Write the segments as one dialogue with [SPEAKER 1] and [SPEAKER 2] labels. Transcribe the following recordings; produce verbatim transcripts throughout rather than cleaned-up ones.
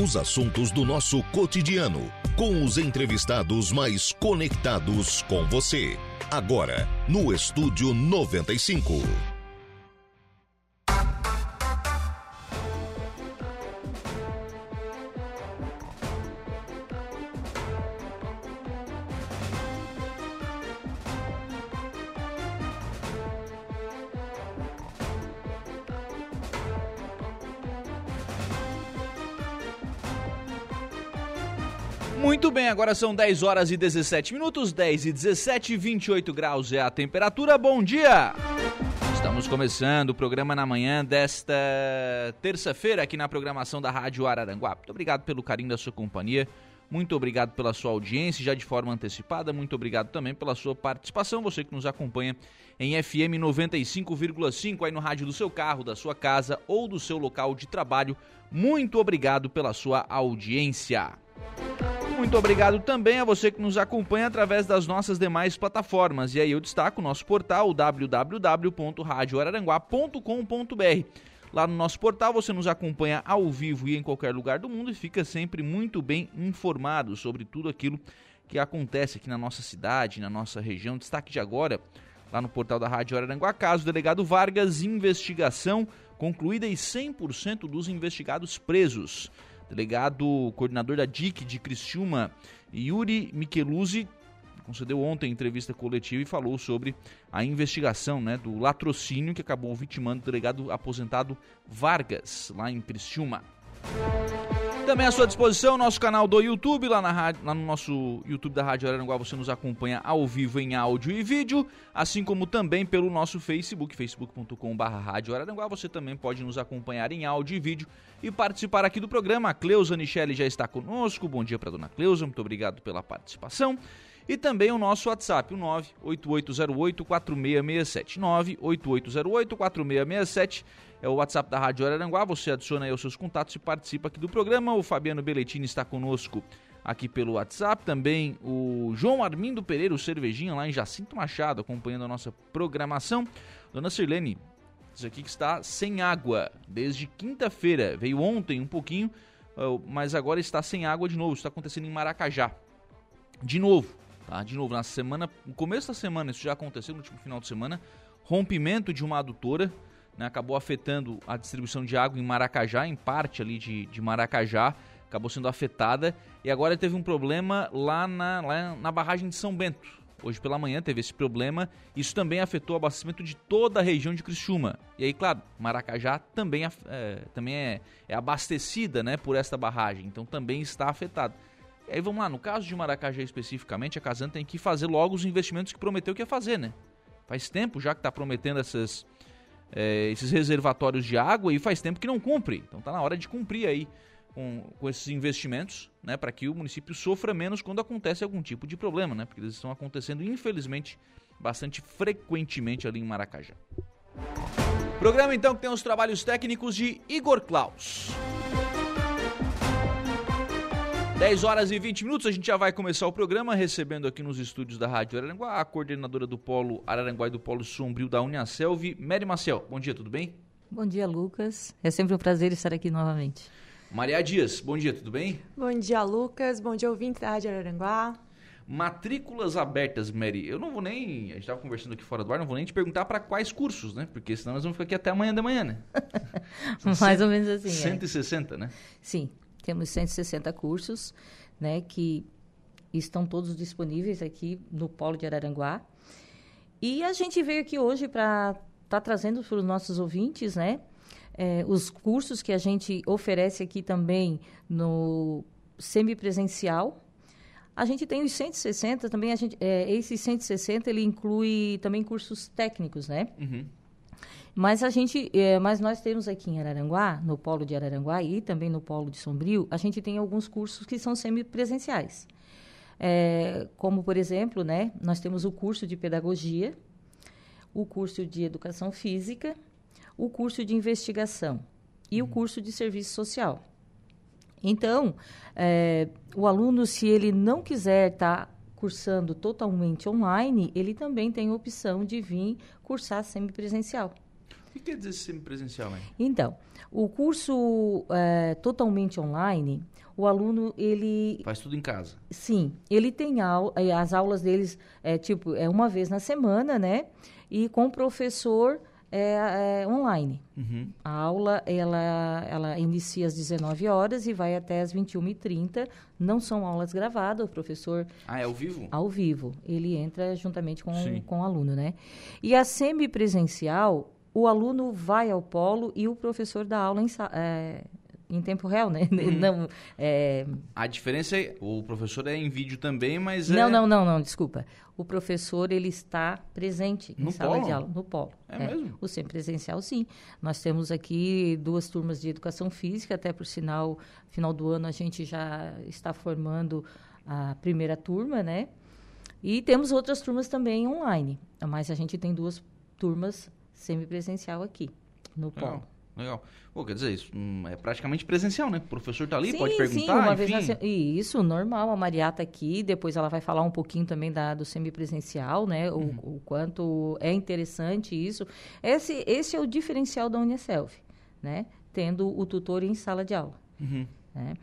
[SPEAKER 1] Os assuntos do nosso cotidiano, com os entrevistados mais conectados com você. Agora, no Estúdio noventa e cinco.
[SPEAKER 2] Muito bem, agora são dez horas e dezessete minutos, dez e dezessete, vinte e oito graus é a temperatura. Bom dia! Estamos começando o programa na manhã desta terça-feira aqui na programação da Rádio Araranguá. Muito obrigado pelo carinho da sua companhia, muito obrigado pela sua audiência, já de forma antecipada, muito obrigado também pela sua participação, você que nos acompanha em F M noventa e cinco vírgula cinco, aí no rádio do seu carro, da sua casa ou do seu local de trabalho. Muito obrigado pela sua audiência. Muito obrigado também a você que nos acompanha através das nossas demais plataformas. E aí eu destaco o nosso portal w w w ponto rádio araranguá ponto com ponto b r. Lá no nosso portal você nos acompanha ao vivo e em qualquer lugar do mundo e fica sempre muito bem informado sobre tudo aquilo que acontece aqui na nossa cidade, na nossa região. Destaque de agora, lá no portal da Rádio Araranguá, caso delegado Vargas, investigação concluída e cem por cento dos investigados presos. Delegado coordenador da D I C de Criciúma, Yuri Micheluzzi, concedeu ontem entrevista coletiva e falou sobre a investigação, né, do latrocínio que acabou vitimando o delegado aposentado Vargas, lá em Criciúma. Também à sua disposição, nosso canal do YouTube, lá, na rádio, lá no nosso YouTube da Rádio Araranguá, você nos acompanha ao vivo em áudio e vídeo, assim como também pelo nosso Facebook, facebook ponto com barra Rádio Araranguá, você também pode nos acompanhar em áudio e vídeo e participar aqui do programa. A Cleusa Nichelle já está conosco, bom dia para a dona Cleusa, muito obrigado pela participação. E também o nosso WhatsApp, o nove oito oito zero oito quatro seis seis sete, nove oito oito zero oito quatro seis seis sete, é o WhatsApp da Rádio Araranguá, você adiciona aí os seus contatos e participa aqui do programa. O Fabiano Belletini está conosco aqui pelo WhatsApp, também o João Armindo Pereira, o Cervejinha, lá em Jacinto Machado, acompanhando a nossa programação. Dona Sirlene, diz aqui que está sem água desde quinta-feira, veio ontem um pouquinho, mas agora está sem água de novo, isso está acontecendo em Maracajá, de novo. Tá, de novo, na semana, no começo da semana, isso já aconteceu, no último final de semana, rompimento de uma adutora, né, acabou afetando a distribuição de água em Maracajá, em parte ali de, de Maracajá, acabou sendo afetada, e agora teve um problema lá na, lá na barragem de São Bento. Hoje pela manhã teve esse problema, isso também afetou o abastecimento de toda a região de Criciúma. E aí, claro, Maracajá também, é, também é, é abastecida, né, por esta barragem, então também está afetado. E aí vamos lá, no caso de Maracajá especificamente, a Casan tem que fazer logo os investimentos que prometeu que ia fazer, né? Faz tempo já que está prometendo essas, é, esses reservatórios de água e faz tempo que não cumpre. Então está na hora de cumprir aí com, com esses investimentos, né? Para que o município sofra menos quando acontece algum tipo de problema, né? Porque eles estão acontecendo, infelizmente, bastante frequentemente ali em Maracajá. Programa então que tem os trabalhos técnicos de Igor Klaus. dez horas e vinte minutos, a gente já vai começar o programa recebendo aqui nos estúdios da Rádio Araranguá a coordenadora do Polo Araranguá e do Polo Sombrio da Uniaselv, Mary Maciel. Bom dia, tudo bem?
[SPEAKER 3] Bom dia, Lucas. É sempre um prazer estar aqui novamente.
[SPEAKER 2] Maria Dias, bom dia, tudo bem?
[SPEAKER 4] Bom dia, Lucas. Bom dia, ouvintes da Rádio Araranguá.
[SPEAKER 2] Matrículas abertas, Mary. Eu não vou nem, a gente estava conversando aqui fora do ar, não vou nem te perguntar para quais cursos, né? Porque senão nós vamos ficar aqui até amanhã da manhã, né?
[SPEAKER 3] Mais cento, ou menos assim,
[SPEAKER 2] cento e sessenta,
[SPEAKER 3] é.
[SPEAKER 2] né?
[SPEAKER 3] Sim. Temos cento e sessenta cursos, né, que estão todos disponíveis aqui no Polo de Araranguá. E a gente veio aqui hoje para estar tá trazendo para os nossos ouvintes, né, é, os cursos que a gente oferece aqui também no semipresencial. A gente tem os cento e sessenta, também a gente, é, esses cento e sessenta, ele inclui também cursos técnicos, né? Uhum. Mas a gente, é, mas nós temos aqui em Araranguá, no Polo de Araranguá e também no Polo de Sombrio, a gente tem alguns cursos que são semipresenciais. É, como, por exemplo, né, nós temos o curso de pedagogia, o curso de educação física, o curso de investigação e uhum. o curso de serviço social. Então, é, o aluno, se ele não quiser estar tá cursando totalmente online, ele também tem a opção de vir cursar semipresencial.
[SPEAKER 2] O que quer dizer semipresencial, né?
[SPEAKER 3] Então, o curso é, totalmente online, o aluno, ele...
[SPEAKER 2] Faz tudo em casa.
[SPEAKER 3] Sim, ele tem aula, as aulas deles, é, tipo, é uma vez na semana, né? E com o professor é, é, online.
[SPEAKER 2] Uhum.
[SPEAKER 3] A aula, ela, ela inicia às dezenove horas e vai até às vinte e uma e trinta. Não são aulas gravadas, o professor...
[SPEAKER 2] Ah, é ao vivo?
[SPEAKER 3] Ao vivo. Ele entra juntamente com, com o aluno, né? E a semipresencial, o aluno vai ao polo e o professor dá aula em, é, em tempo real, né? Uhum. Não, é...
[SPEAKER 2] A diferença é, o professor é em vídeo também, mas
[SPEAKER 3] não,
[SPEAKER 2] é...
[SPEAKER 3] Não, não, não, desculpa. O professor, ele está presente
[SPEAKER 2] no
[SPEAKER 3] em sala
[SPEAKER 2] polo?
[SPEAKER 3] de aula, no polo.
[SPEAKER 2] É, é mesmo?
[SPEAKER 3] O semipresencial, sim. Nós temos aqui duas turmas de educação física, até por sinal, final do ano a gente já está formando a primeira turma, né? E temos outras turmas também online, mas a gente tem duas turmas semipresencial aqui, no polo.
[SPEAKER 2] Legal, legal. Pô, quer dizer, isso hum, é praticamente presencial, né? O professor está ali,
[SPEAKER 3] sim,
[SPEAKER 2] pode perguntar,
[SPEAKER 3] sim, uma
[SPEAKER 2] enfim.
[SPEAKER 3] vez na se... Isso, normal, a Maria está aqui, depois ela vai falar um pouquinho também da, do semipresencial, né?
[SPEAKER 2] Uhum.
[SPEAKER 3] O, o quanto é interessante isso. Esse, esse é o diferencial da Unicelv, né? Tendo o tutor em sala de aula.
[SPEAKER 2] Uhum.
[SPEAKER 3] Né?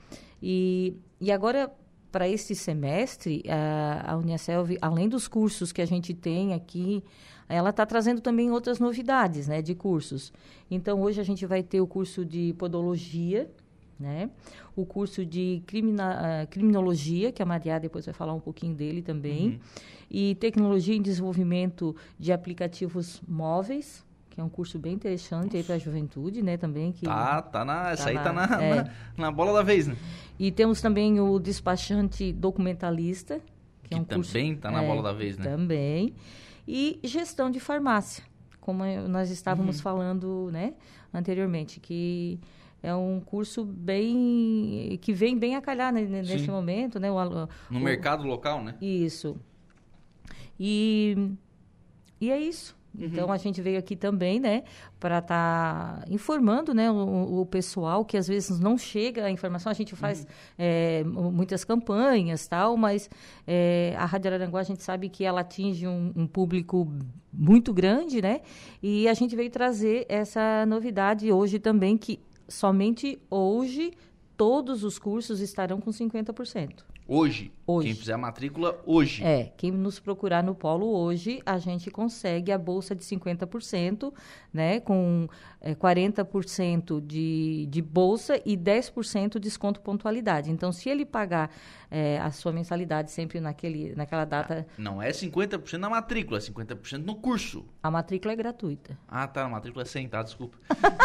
[SPEAKER 3] E, e agora, para esse semestre, a, a Unicelv, além dos cursos que a gente tem aqui, ela está trazendo também outras novidades, né, de cursos. Então, hoje a gente vai ter o curso de podologia, né, o curso de crimina, uh, criminologia, que a Maria depois vai falar um pouquinho dele também, uhum. E tecnologia em desenvolvimento de aplicativos móveis, que é um curso bem interessante aí para a juventude, né, também. Que
[SPEAKER 2] tá, tá na, essa
[SPEAKER 3] tá
[SPEAKER 2] aí
[SPEAKER 3] na,
[SPEAKER 2] tá na,
[SPEAKER 3] é.
[SPEAKER 2] na, na bola da vez, né?
[SPEAKER 3] E temos também o despachante documentalista, que,
[SPEAKER 2] que
[SPEAKER 3] é um
[SPEAKER 2] também
[SPEAKER 3] curso,
[SPEAKER 2] tá na
[SPEAKER 3] é,
[SPEAKER 2] bola da vez, né?
[SPEAKER 3] Também. E gestão de farmácia, como nós estávamos uhum. falando, né, anteriormente, que é um curso bem que vem bem a calhar né, nesse Sim. momento, né? O,
[SPEAKER 2] no
[SPEAKER 3] o,
[SPEAKER 2] mercado local, né?
[SPEAKER 3] Isso. E, e é isso. Uhum. Então, a gente veio aqui também, né, para estar tá informando, né, o, o pessoal que às vezes não chega a informação. A gente faz uhum. é, muitas campanhas, tal, mas é, a Rádio Araranguá, a gente sabe que ela atinge um, um público muito grande, né, e a gente veio trazer essa novidade hoje também, que somente hoje todos os cursos estarão com cinquenta por cento.
[SPEAKER 2] Hoje.
[SPEAKER 3] Hoje.
[SPEAKER 2] Quem fizer a matrícula hoje.
[SPEAKER 3] É, quem nos procurar no Polo hoje, a gente consegue a bolsa de cinquenta por cento, né, com é, quarenta por cento de, de bolsa e dez por cento de desconto pontualidade. Então, se ele pagar é, a sua mensalidade sempre naquele, naquela data...
[SPEAKER 2] Ah, não é cinquenta por cento na matrícula, é cinquenta por cento no curso.
[SPEAKER 3] A matrícula é gratuita.
[SPEAKER 2] Ah, tá, a matrícula é cem, tá, desculpa.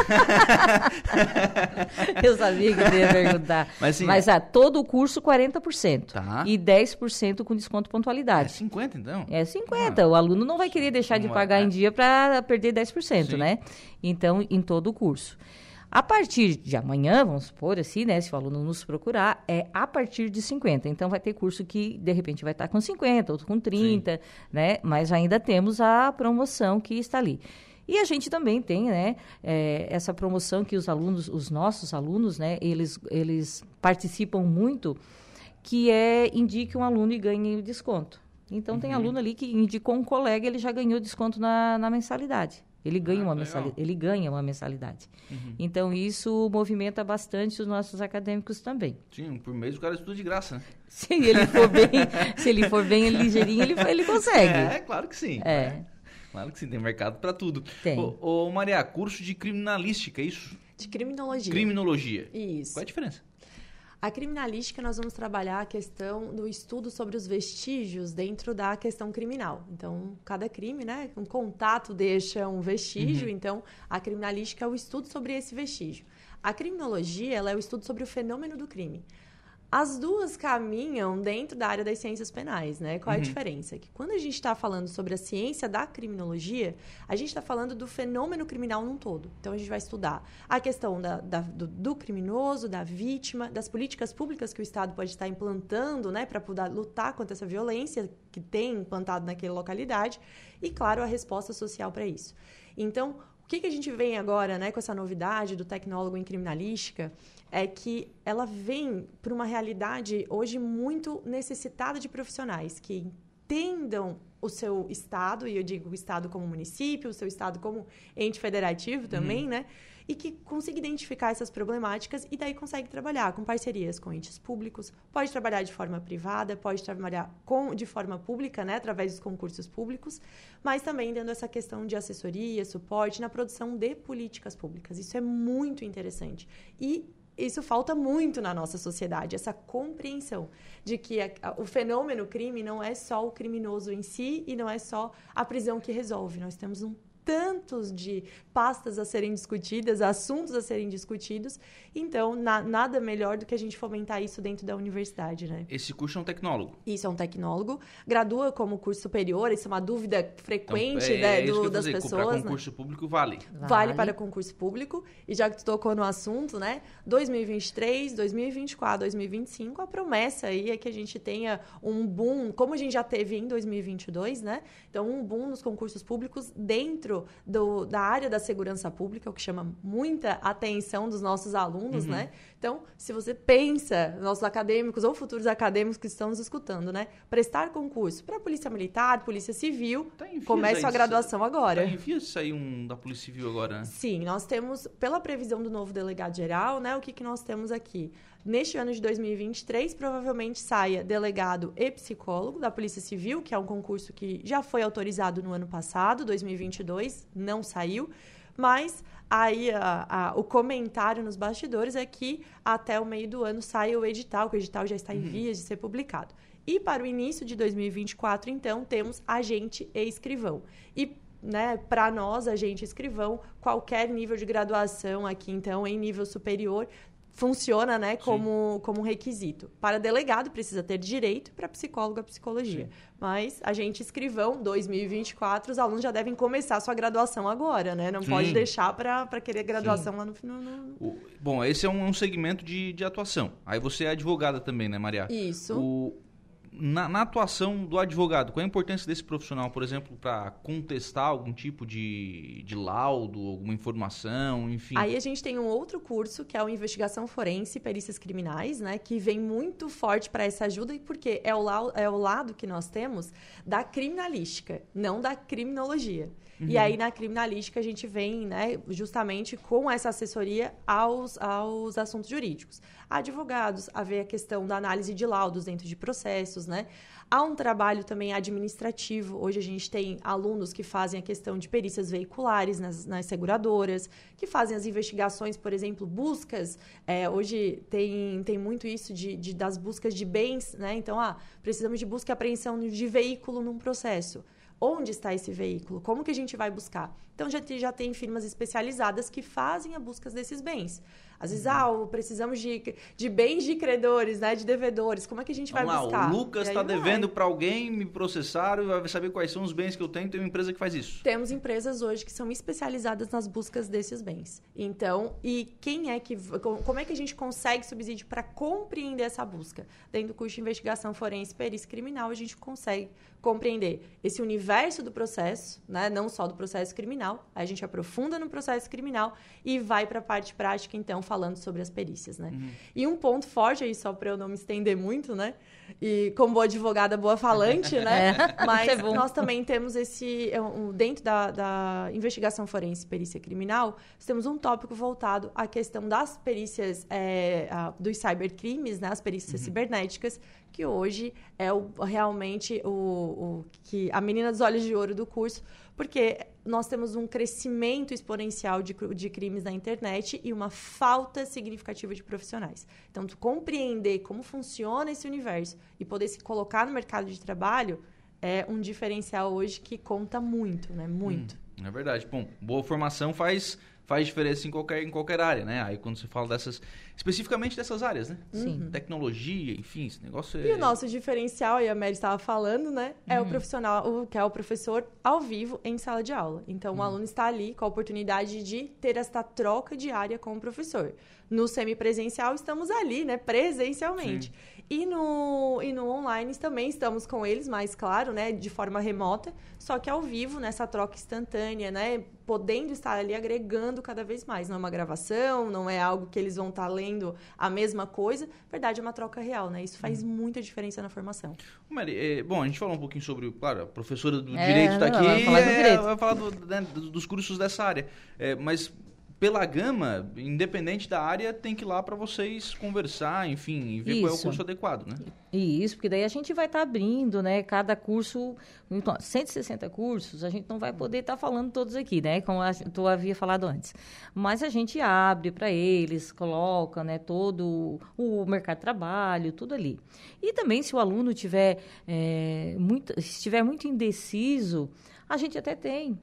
[SPEAKER 3] Eu sabia que você ia perguntar. Mas, sim, Mas é... ah, todo o curso, quarenta por cento.
[SPEAKER 2] Tá.
[SPEAKER 3] E dez por cento com desconto pontualidade.
[SPEAKER 2] É cinquenta, então?
[SPEAKER 3] É cinquenta. Ah, o aluno não vai querer deixar de pagar é. em dia para perder dez por cento, Sim. né? Então, em todo o curso. A partir de amanhã, vamos supor assim, né? Se o aluno nos procurar, é a partir de cinquenta. Então, vai ter curso que, de repente, vai estar com cinquenta, outro com trinta, Sim. né? Mas ainda temos a promoção que está ali. E a gente também tem, né, é, essa promoção que os alunos, os nossos alunos, né, eles, eles participam muito, que é indique um aluno e ganhe desconto. Então, uhum. tem aluno ali que indicou um colega, ele já ganhou desconto na, na mensalidade. Ele ganha, ah, uma mensalidade, ele ganha uma mensalidade. Uhum. Então, isso movimenta bastante os nossos acadêmicos também.
[SPEAKER 2] Sim, por mês o cara estuda de graça, né?
[SPEAKER 3] Se ele for bem, se ele for bem ligeirinho, ele, ele consegue.
[SPEAKER 2] É, claro que sim.
[SPEAKER 3] É.
[SPEAKER 2] é. Claro que sim, tem mercado para tudo.
[SPEAKER 3] Tem.
[SPEAKER 2] Ô, ô, Maria, curso de criminalística, é isso?
[SPEAKER 4] De criminologia.
[SPEAKER 2] Criminologia.
[SPEAKER 4] Isso.
[SPEAKER 2] Qual é a diferença?
[SPEAKER 4] A criminalística, nós vamos trabalhar a questão do estudo sobre os vestígios dentro da questão criminal. Então, cada crime, né, um contato deixa um vestígio, uhum. então a criminalística é o estudo sobre esse vestígio. A criminologia, ela é o estudo sobre o fenômeno do crime. As duas caminham dentro da área das ciências penais, né? Qual é a uhum. diferença? Que quando a gente está falando sobre a ciência da criminologia, a gente está falando do fenômeno criminal num todo. Então, a gente vai estudar a questão da, da, do, do criminoso, da vítima, das políticas públicas que o Estado pode estar implantando, né? Para poder lutar contra essa violência que tem implantado naquela localidade e, claro, a resposta social para isso. Então, o que, que a gente vem agora, né, com essa novidade do tecnólogo em criminalística é que ela vem para uma realidade hoje muito necessitada de profissionais que entendam o seu estado, e eu digo o estado como município, o seu estado como ente federativo também, uhum. né? E que consiga identificar essas problemáticas e daí consegue trabalhar com parcerias com entes públicos, pode trabalhar de forma privada, pode trabalhar com, de forma pública, né, através dos concursos públicos, mas também dando essa questão de assessoria, suporte na produção de políticas públicas. Isso é muito interessante. E isso falta muito na nossa sociedade, essa compreensão de que a, a, o fenômeno crime não é só o criminoso em si e não é só a prisão que resolve. Nós temos um tantos de pastas a serem discutidas, assuntos a serem discutidos. Então, na, nada melhor do que a gente fomentar isso dentro da universidade, né?
[SPEAKER 2] Esse curso é um tecnólogo?
[SPEAKER 4] Isso, é um tecnólogo. Gradua como curso superior, isso é uma dúvida frequente,
[SPEAKER 2] então, é,
[SPEAKER 4] né,
[SPEAKER 2] é
[SPEAKER 4] do, das
[SPEAKER 2] dizer,
[SPEAKER 4] pessoas.
[SPEAKER 2] Para concurso né? público, vale.
[SPEAKER 4] vale? Vale para concurso público. E já que tu tocou no assunto, né? dois mil e vinte e três, dois mil e vinte e quatro, dois mil e vinte e cinco, a promessa aí é que a gente tenha um boom, como a gente já teve em dois mil e vinte e dois, né? Então, um boom nos concursos públicos dentro do, da área da segurança pública, o que chama muita atenção dos nossos alunos, uhum. né? Então, se você pensa, nossos acadêmicos ou futuros acadêmicos que estão nos escutando, né? Prestar concurso para Polícia Militar, Polícia Civil, tá comece sua graduação agora.
[SPEAKER 2] Tá em vias de sair um da Polícia Civil agora, né?
[SPEAKER 4] Sim, nós temos, pela previsão do novo delegado-geral, né? O que, que nós temos aqui? Neste ano de dois mil e vinte e três, provavelmente saia delegado e psicólogo da Polícia Civil, que é um concurso que já foi autorizado no ano passado, dois mil e vinte e dois, não saiu. Mas aí a, a, o comentário nos bastidores é que até o meio do ano saia o edital, que o edital já está em vias de ser publicado. E para o início de dois mil e vinte e quatro, então, temos agente e escrivão. E né, para nós, agente e escrivão, qualquer nível de graduação aqui, então, em nível superior, funciona, né, como, como um requisito. Para delegado, precisa ter direito, para psicólogo, a psicologia. Sim. Mas, agente escrivão, dois mil e vinte e quatro, os alunos já devem começar a sua graduação agora, né? Não Sim. pode deixar para querer graduação Sim. lá no final. No...
[SPEAKER 2] O, bom, esse é um, um segmento de, de atuação. Aí você é advogada também, né, Maria?
[SPEAKER 4] Isso.
[SPEAKER 2] O... Na, na atuação do advogado, qual é a importância desse profissional, por exemplo, para contestar algum tipo de, de laudo, alguma informação, enfim?
[SPEAKER 4] Aí a gente tem um outro curso, que é o Investigação Forense e Perícias Criminais, né, que vem muito forte para essa ajuda, porque é o, la- é o lado que nós temos da criminalística, não da criminologia. Uhum. E aí, na criminalística, a gente vem, né, justamente com essa assessoria aos, aos assuntos jurídicos. Há advogados, a ver a questão da análise de laudos dentro de processos, né? Há um trabalho também administrativo. Hoje a gente tem alunos que fazem a questão de perícias veiculares nas, nas seguradoras, que fazem as investigações, por exemplo, buscas. É, hoje tem, tem muito isso de, de, das buscas de bens, né? Então, ah, precisamos de busca e apreensão de veículo num processo. Onde está esse veículo? Como que a gente vai buscar? Então, já, já tem firmas especializadas que fazem a busca desses bens. Às vezes, uhum. ah, precisamos de, de bens de credores, né? De devedores. Como é que a gente
[SPEAKER 2] Vamos
[SPEAKER 4] vai
[SPEAKER 2] lá,
[SPEAKER 4] buscar?
[SPEAKER 2] O Lucas está devendo para alguém, me processaram e vai saber quais são os bens que eu tenho. Tem uma empresa que faz isso.
[SPEAKER 4] Temos empresas hoje que são especializadas nas buscas desses bens. Então, e quem é que... Como é que a gente consegue subsídio para compreender essa busca? Dentro do curso de Investigação Forense e Perícia Criminal, a gente consegue compreender esse universo do processo, né? Não só do processo criminal. Aí a gente aprofunda no processo criminal e vai para a parte prática, então, falando sobre as perícias, né? Uhum. E um ponto forte aí, só para eu não me estender muito, né? E como boa advogada, boa falante, né? É, mas é nós também temos esse... Dentro da, da investigação forense e perícia criminal, nós temos um tópico voltado à questão das perícias, é, a, dos cybercrimes, né? As perícias uhum. cibernéticas, que hoje é o, realmente o, o, que a menina dos olhos de ouro do curso, porque nós temos um crescimento exponencial de, de crimes na internet e uma falta significativa de profissionais. Então, tu compreender como funciona esse universo e poder se colocar no mercado de trabalho é um diferencial hoje que conta muito, né? Muito.
[SPEAKER 2] Hum, é verdade. Bom, boa formação faz... faz diferença em qualquer, em qualquer área, né? Aí quando você fala dessas... especificamente dessas áreas, né?
[SPEAKER 3] Sim.
[SPEAKER 2] Tecnologia, enfim, esse negócio é...
[SPEAKER 4] E o nosso diferencial, e a Mary estava falando, né? É uhum. o profissional, o, que é o professor ao vivo em sala de aula. Então, uhum. o aluno está ali com a oportunidade de ter esta troca diária com o professor. No semipresencial, estamos ali, né? Presencialmente. Sim. E no, e no online também estamos com eles, mais claro, né? De forma remota, só que ao vivo, nessa troca instantânea, né? podendo estar ali agregando cada vez mais. Não é uma gravação, não é algo que eles vão estar lendo a mesma coisa. Na verdade, é uma troca real, né? Isso faz hum. muita diferença na formação.
[SPEAKER 2] Mari, é, bom, a gente falou um pouquinho sobre, claro, a professora do
[SPEAKER 3] é,
[SPEAKER 2] Direito está aqui,
[SPEAKER 3] vai falar, do
[SPEAKER 2] é,
[SPEAKER 3] direito.
[SPEAKER 2] vai falar do, né, dos cursos dessa área. É, mas... pela gama, independente da área, tem que ir lá para vocês conversar, enfim, e ver Isso. qual é o curso adequado, né?
[SPEAKER 3] Isso, porque daí a gente vai estar tá abrindo, né, cada curso, então, cento e sessenta cursos, a gente não vai poder estar tá falando todos aqui, né, como tu havia falado antes. Mas a gente abre para eles, coloca, né, todo o mercado de trabalho, tudo ali. E também, se o aluno tiver, é, muito, estiver muito indeciso, a gente até tem...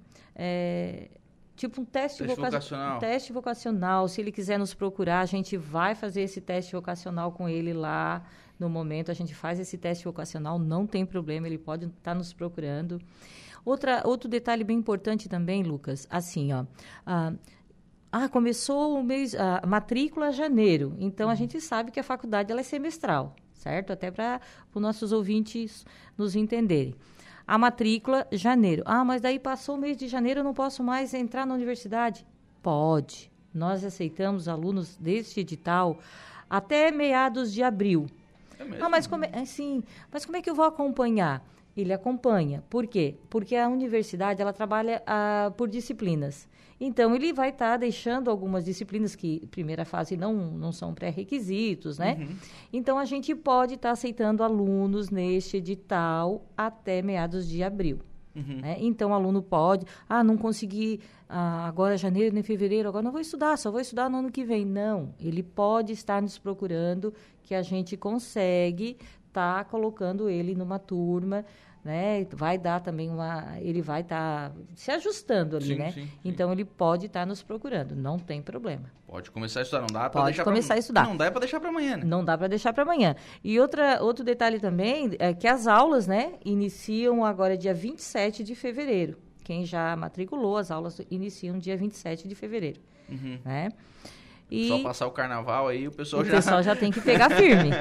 [SPEAKER 3] É, tipo um teste,
[SPEAKER 2] teste
[SPEAKER 3] voca...
[SPEAKER 2] vocacional.
[SPEAKER 3] Um teste vocacional. Se ele quiser nos procurar, a gente vai fazer esse teste vocacional com ele lá no momento. A gente faz esse teste vocacional, não tem problema, ele pode estar nos procurando. Outra, outro detalhe bem importante também, Lucas, assim, ó. Ah, ah começou o mês, a matrícula janeiro, então uhum. a gente sabe que a faculdade ela é semestral, certo? Até para os nossos ouvintes nos entenderem. A matrícula, janeiro. Ah, mas daí passou o mês de janeiro, eu não posso mais entrar na universidade? Pode. Nós aceitamos alunos deste edital até meados de abril.
[SPEAKER 2] É mesmo?
[SPEAKER 3] Ah, mas como é, sim, mas como é que eu vou acompanhar? Ele acompanha. Por quê? Porque a universidade, ela trabalha ah, por disciplinas. Então, ele vai estar tá deixando algumas disciplinas que, primeira fase, não, não são pré-requisitos, né? Uhum. Então, a gente pode estar tá aceitando alunos neste edital até meados de abril. Uhum. Né? Então, o aluno pode... Ah, não consegui ah, agora janeiro nem fevereiro, agora não vou estudar, só vou estudar no ano que vem. Não, ele pode estar nos procurando, que a gente consegue estar tá colocando ele numa turma... Né? Vai dar também uma... Ele vai estar tá se ajustando ali,
[SPEAKER 2] sim,
[SPEAKER 3] né?
[SPEAKER 2] Sim, sim.
[SPEAKER 3] Então, ele pode estar tá nos procurando. Não tem problema.
[SPEAKER 2] Pode começar a estudar. Não dá para
[SPEAKER 3] pode
[SPEAKER 2] deixar
[SPEAKER 3] começar
[SPEAKER 2] pra...
[SPEAKER 3] a estudar.
[SPEAKER 2] Não dá para deixar para amanhã, né?
[SPEAKER 3] Não dá para deixar para amanhã. E outra, outro detalhe também é que as aulas, né? Iniciam agora dia vinte e sete de fevereiro. Quem já matriculou, as aulas iniciam dia vinte e sete de fevereiro.
[SPEAKER 2] Uhum.
[SPEAKER 3] Né? E
[SPEAKER 2] só passar o carnaval aí, o pessoal
[SPEAKER 3] o
[SPEAKER 2] já...
[SPEAKER 3] O pessoal já tem que pegar firme.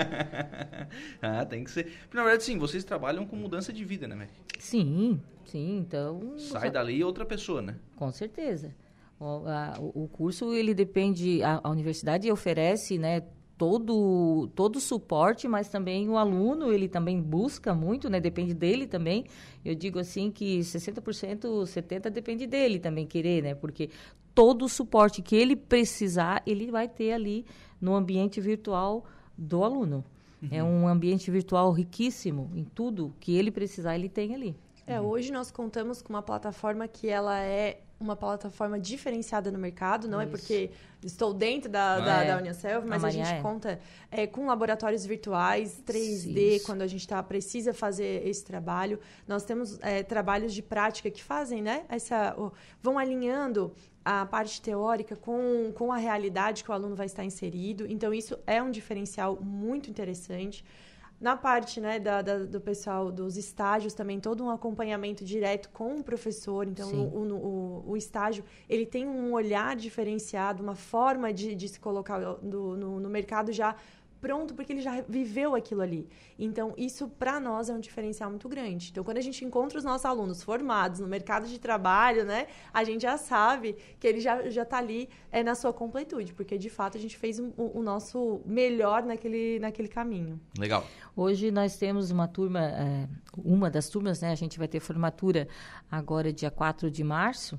[SPEAKER 2] Ah, tem que ser... Na verdade, sim, vocês trabalham com mudança de vida, né, Mary?
[SPEAKER 3] Sim, sim, então...
[SPEAKER 2] Sai
[SPEAKER 3] você...
[SPEAKER 2] dali outra pessoa, né?
[SPEAKER 3] Com certeza. O, a, o curso, ele depende... A, a universidade oferece, né, todo todo o suporte, mas também o aluno, ele também busca muito, né, depende dele também. Eu digo assim que sessenta por cento, setenta por cento depende dele também querer, né, porque... todo o suporte que ele precisar, ele vai ter ali no ambiente virtual do aluno. Uhum. É um ambiente virtual riquíssimo em tudo que ele precisar, ele tem ali.
[SPEAKER 4] É, hoje nós contamos com uma plataforma que ela é uma plataforma diferenciada no mercado, não Isso. é porque estou dentro da,
[SPEAKER 3] ah,
[SPEAKER 4] da,
[SPEAKER 3] é.
[SPEAKER 4] da Uniaselv, mas a, a gente
[SPEAKER 3] é.
[SPEAKER 4] conta é, com laboratórios virtuais, três D,
[SPEAKER 3] Isso.
[SPEAKER 4] quando a gente tá, precisa fazer esse trabalho. Nós temos é, trabalhos de prática que fazem, né? Essa, oh, vão alinhando a parte teórica com, com a realidade que o aluno vai estar inserido. Então, isso é um diferencial muito interessante. Na parte, né, da, da, do pessoal dos estágios também, todo um acompanhamento direto com o professor. Então, o, o, o estágio, ele tem um olhar diferenciado, uma forma de, de se colocar do, no, no mercado já pronto, porque ele já viveu aquilo ali. Então, isso, para nós, é um diferencial muito grande. Então, quando a gente encontra os nossos alunos formados no mercado de trabalho, né, a gente já sabe que ele já já está ali é, na sua completude, porque, de fato, a gente fez o, o nosso melhor naquele, naquele caminho.
[SPEAKER 2] Legal.
[SPEAKER 3] Hoje, nós temos uma turma, é, uma das turmas, né, a gente vai ter formatura agora, dia quatro de março,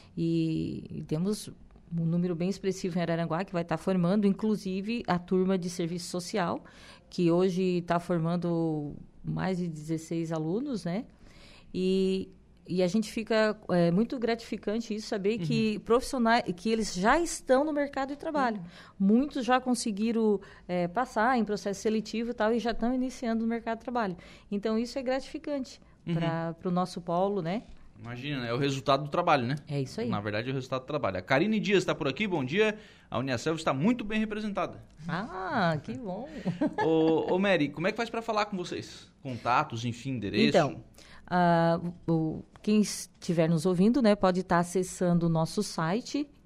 [SPEAKER 3] e, e temos... um número bem expressivo em Araranguá, que vai estar formando, inclusive, a turma de serviço social, que hoje está formando mais de dezesseis alunos, né? E, e a gente fica é, muito gratificante isso, saber uhum. que profissionais, que eles já estão no mercado de trabalho. Uhum. Muitos já conseguiram é, passar em processo seletivo e tal, e já estão iniciando no mercado de trabalho. Então, isso é gratificante uhum. para o nosso polo, né?
[SPEAKER 2] Imagina, é o resultado do trabalho, né?
[SPEAKER 3] É isso aí.
[SPEAKER 2] Na verdade, é o resultado do trabalho. A Karine Dias está por aqui, bom dia. A Uniaselv está muito bem representada.
[SPEAKER 3] Ah, que bom.
[SPEAKER 2] ô, ô, Mary, como é que faz para falar com vocês? Contatos, enfim, endereço?
[SPEAKER 3] Então, uh, o, quem estiver nos ouvindo, né, pode estar acessando o nosso site,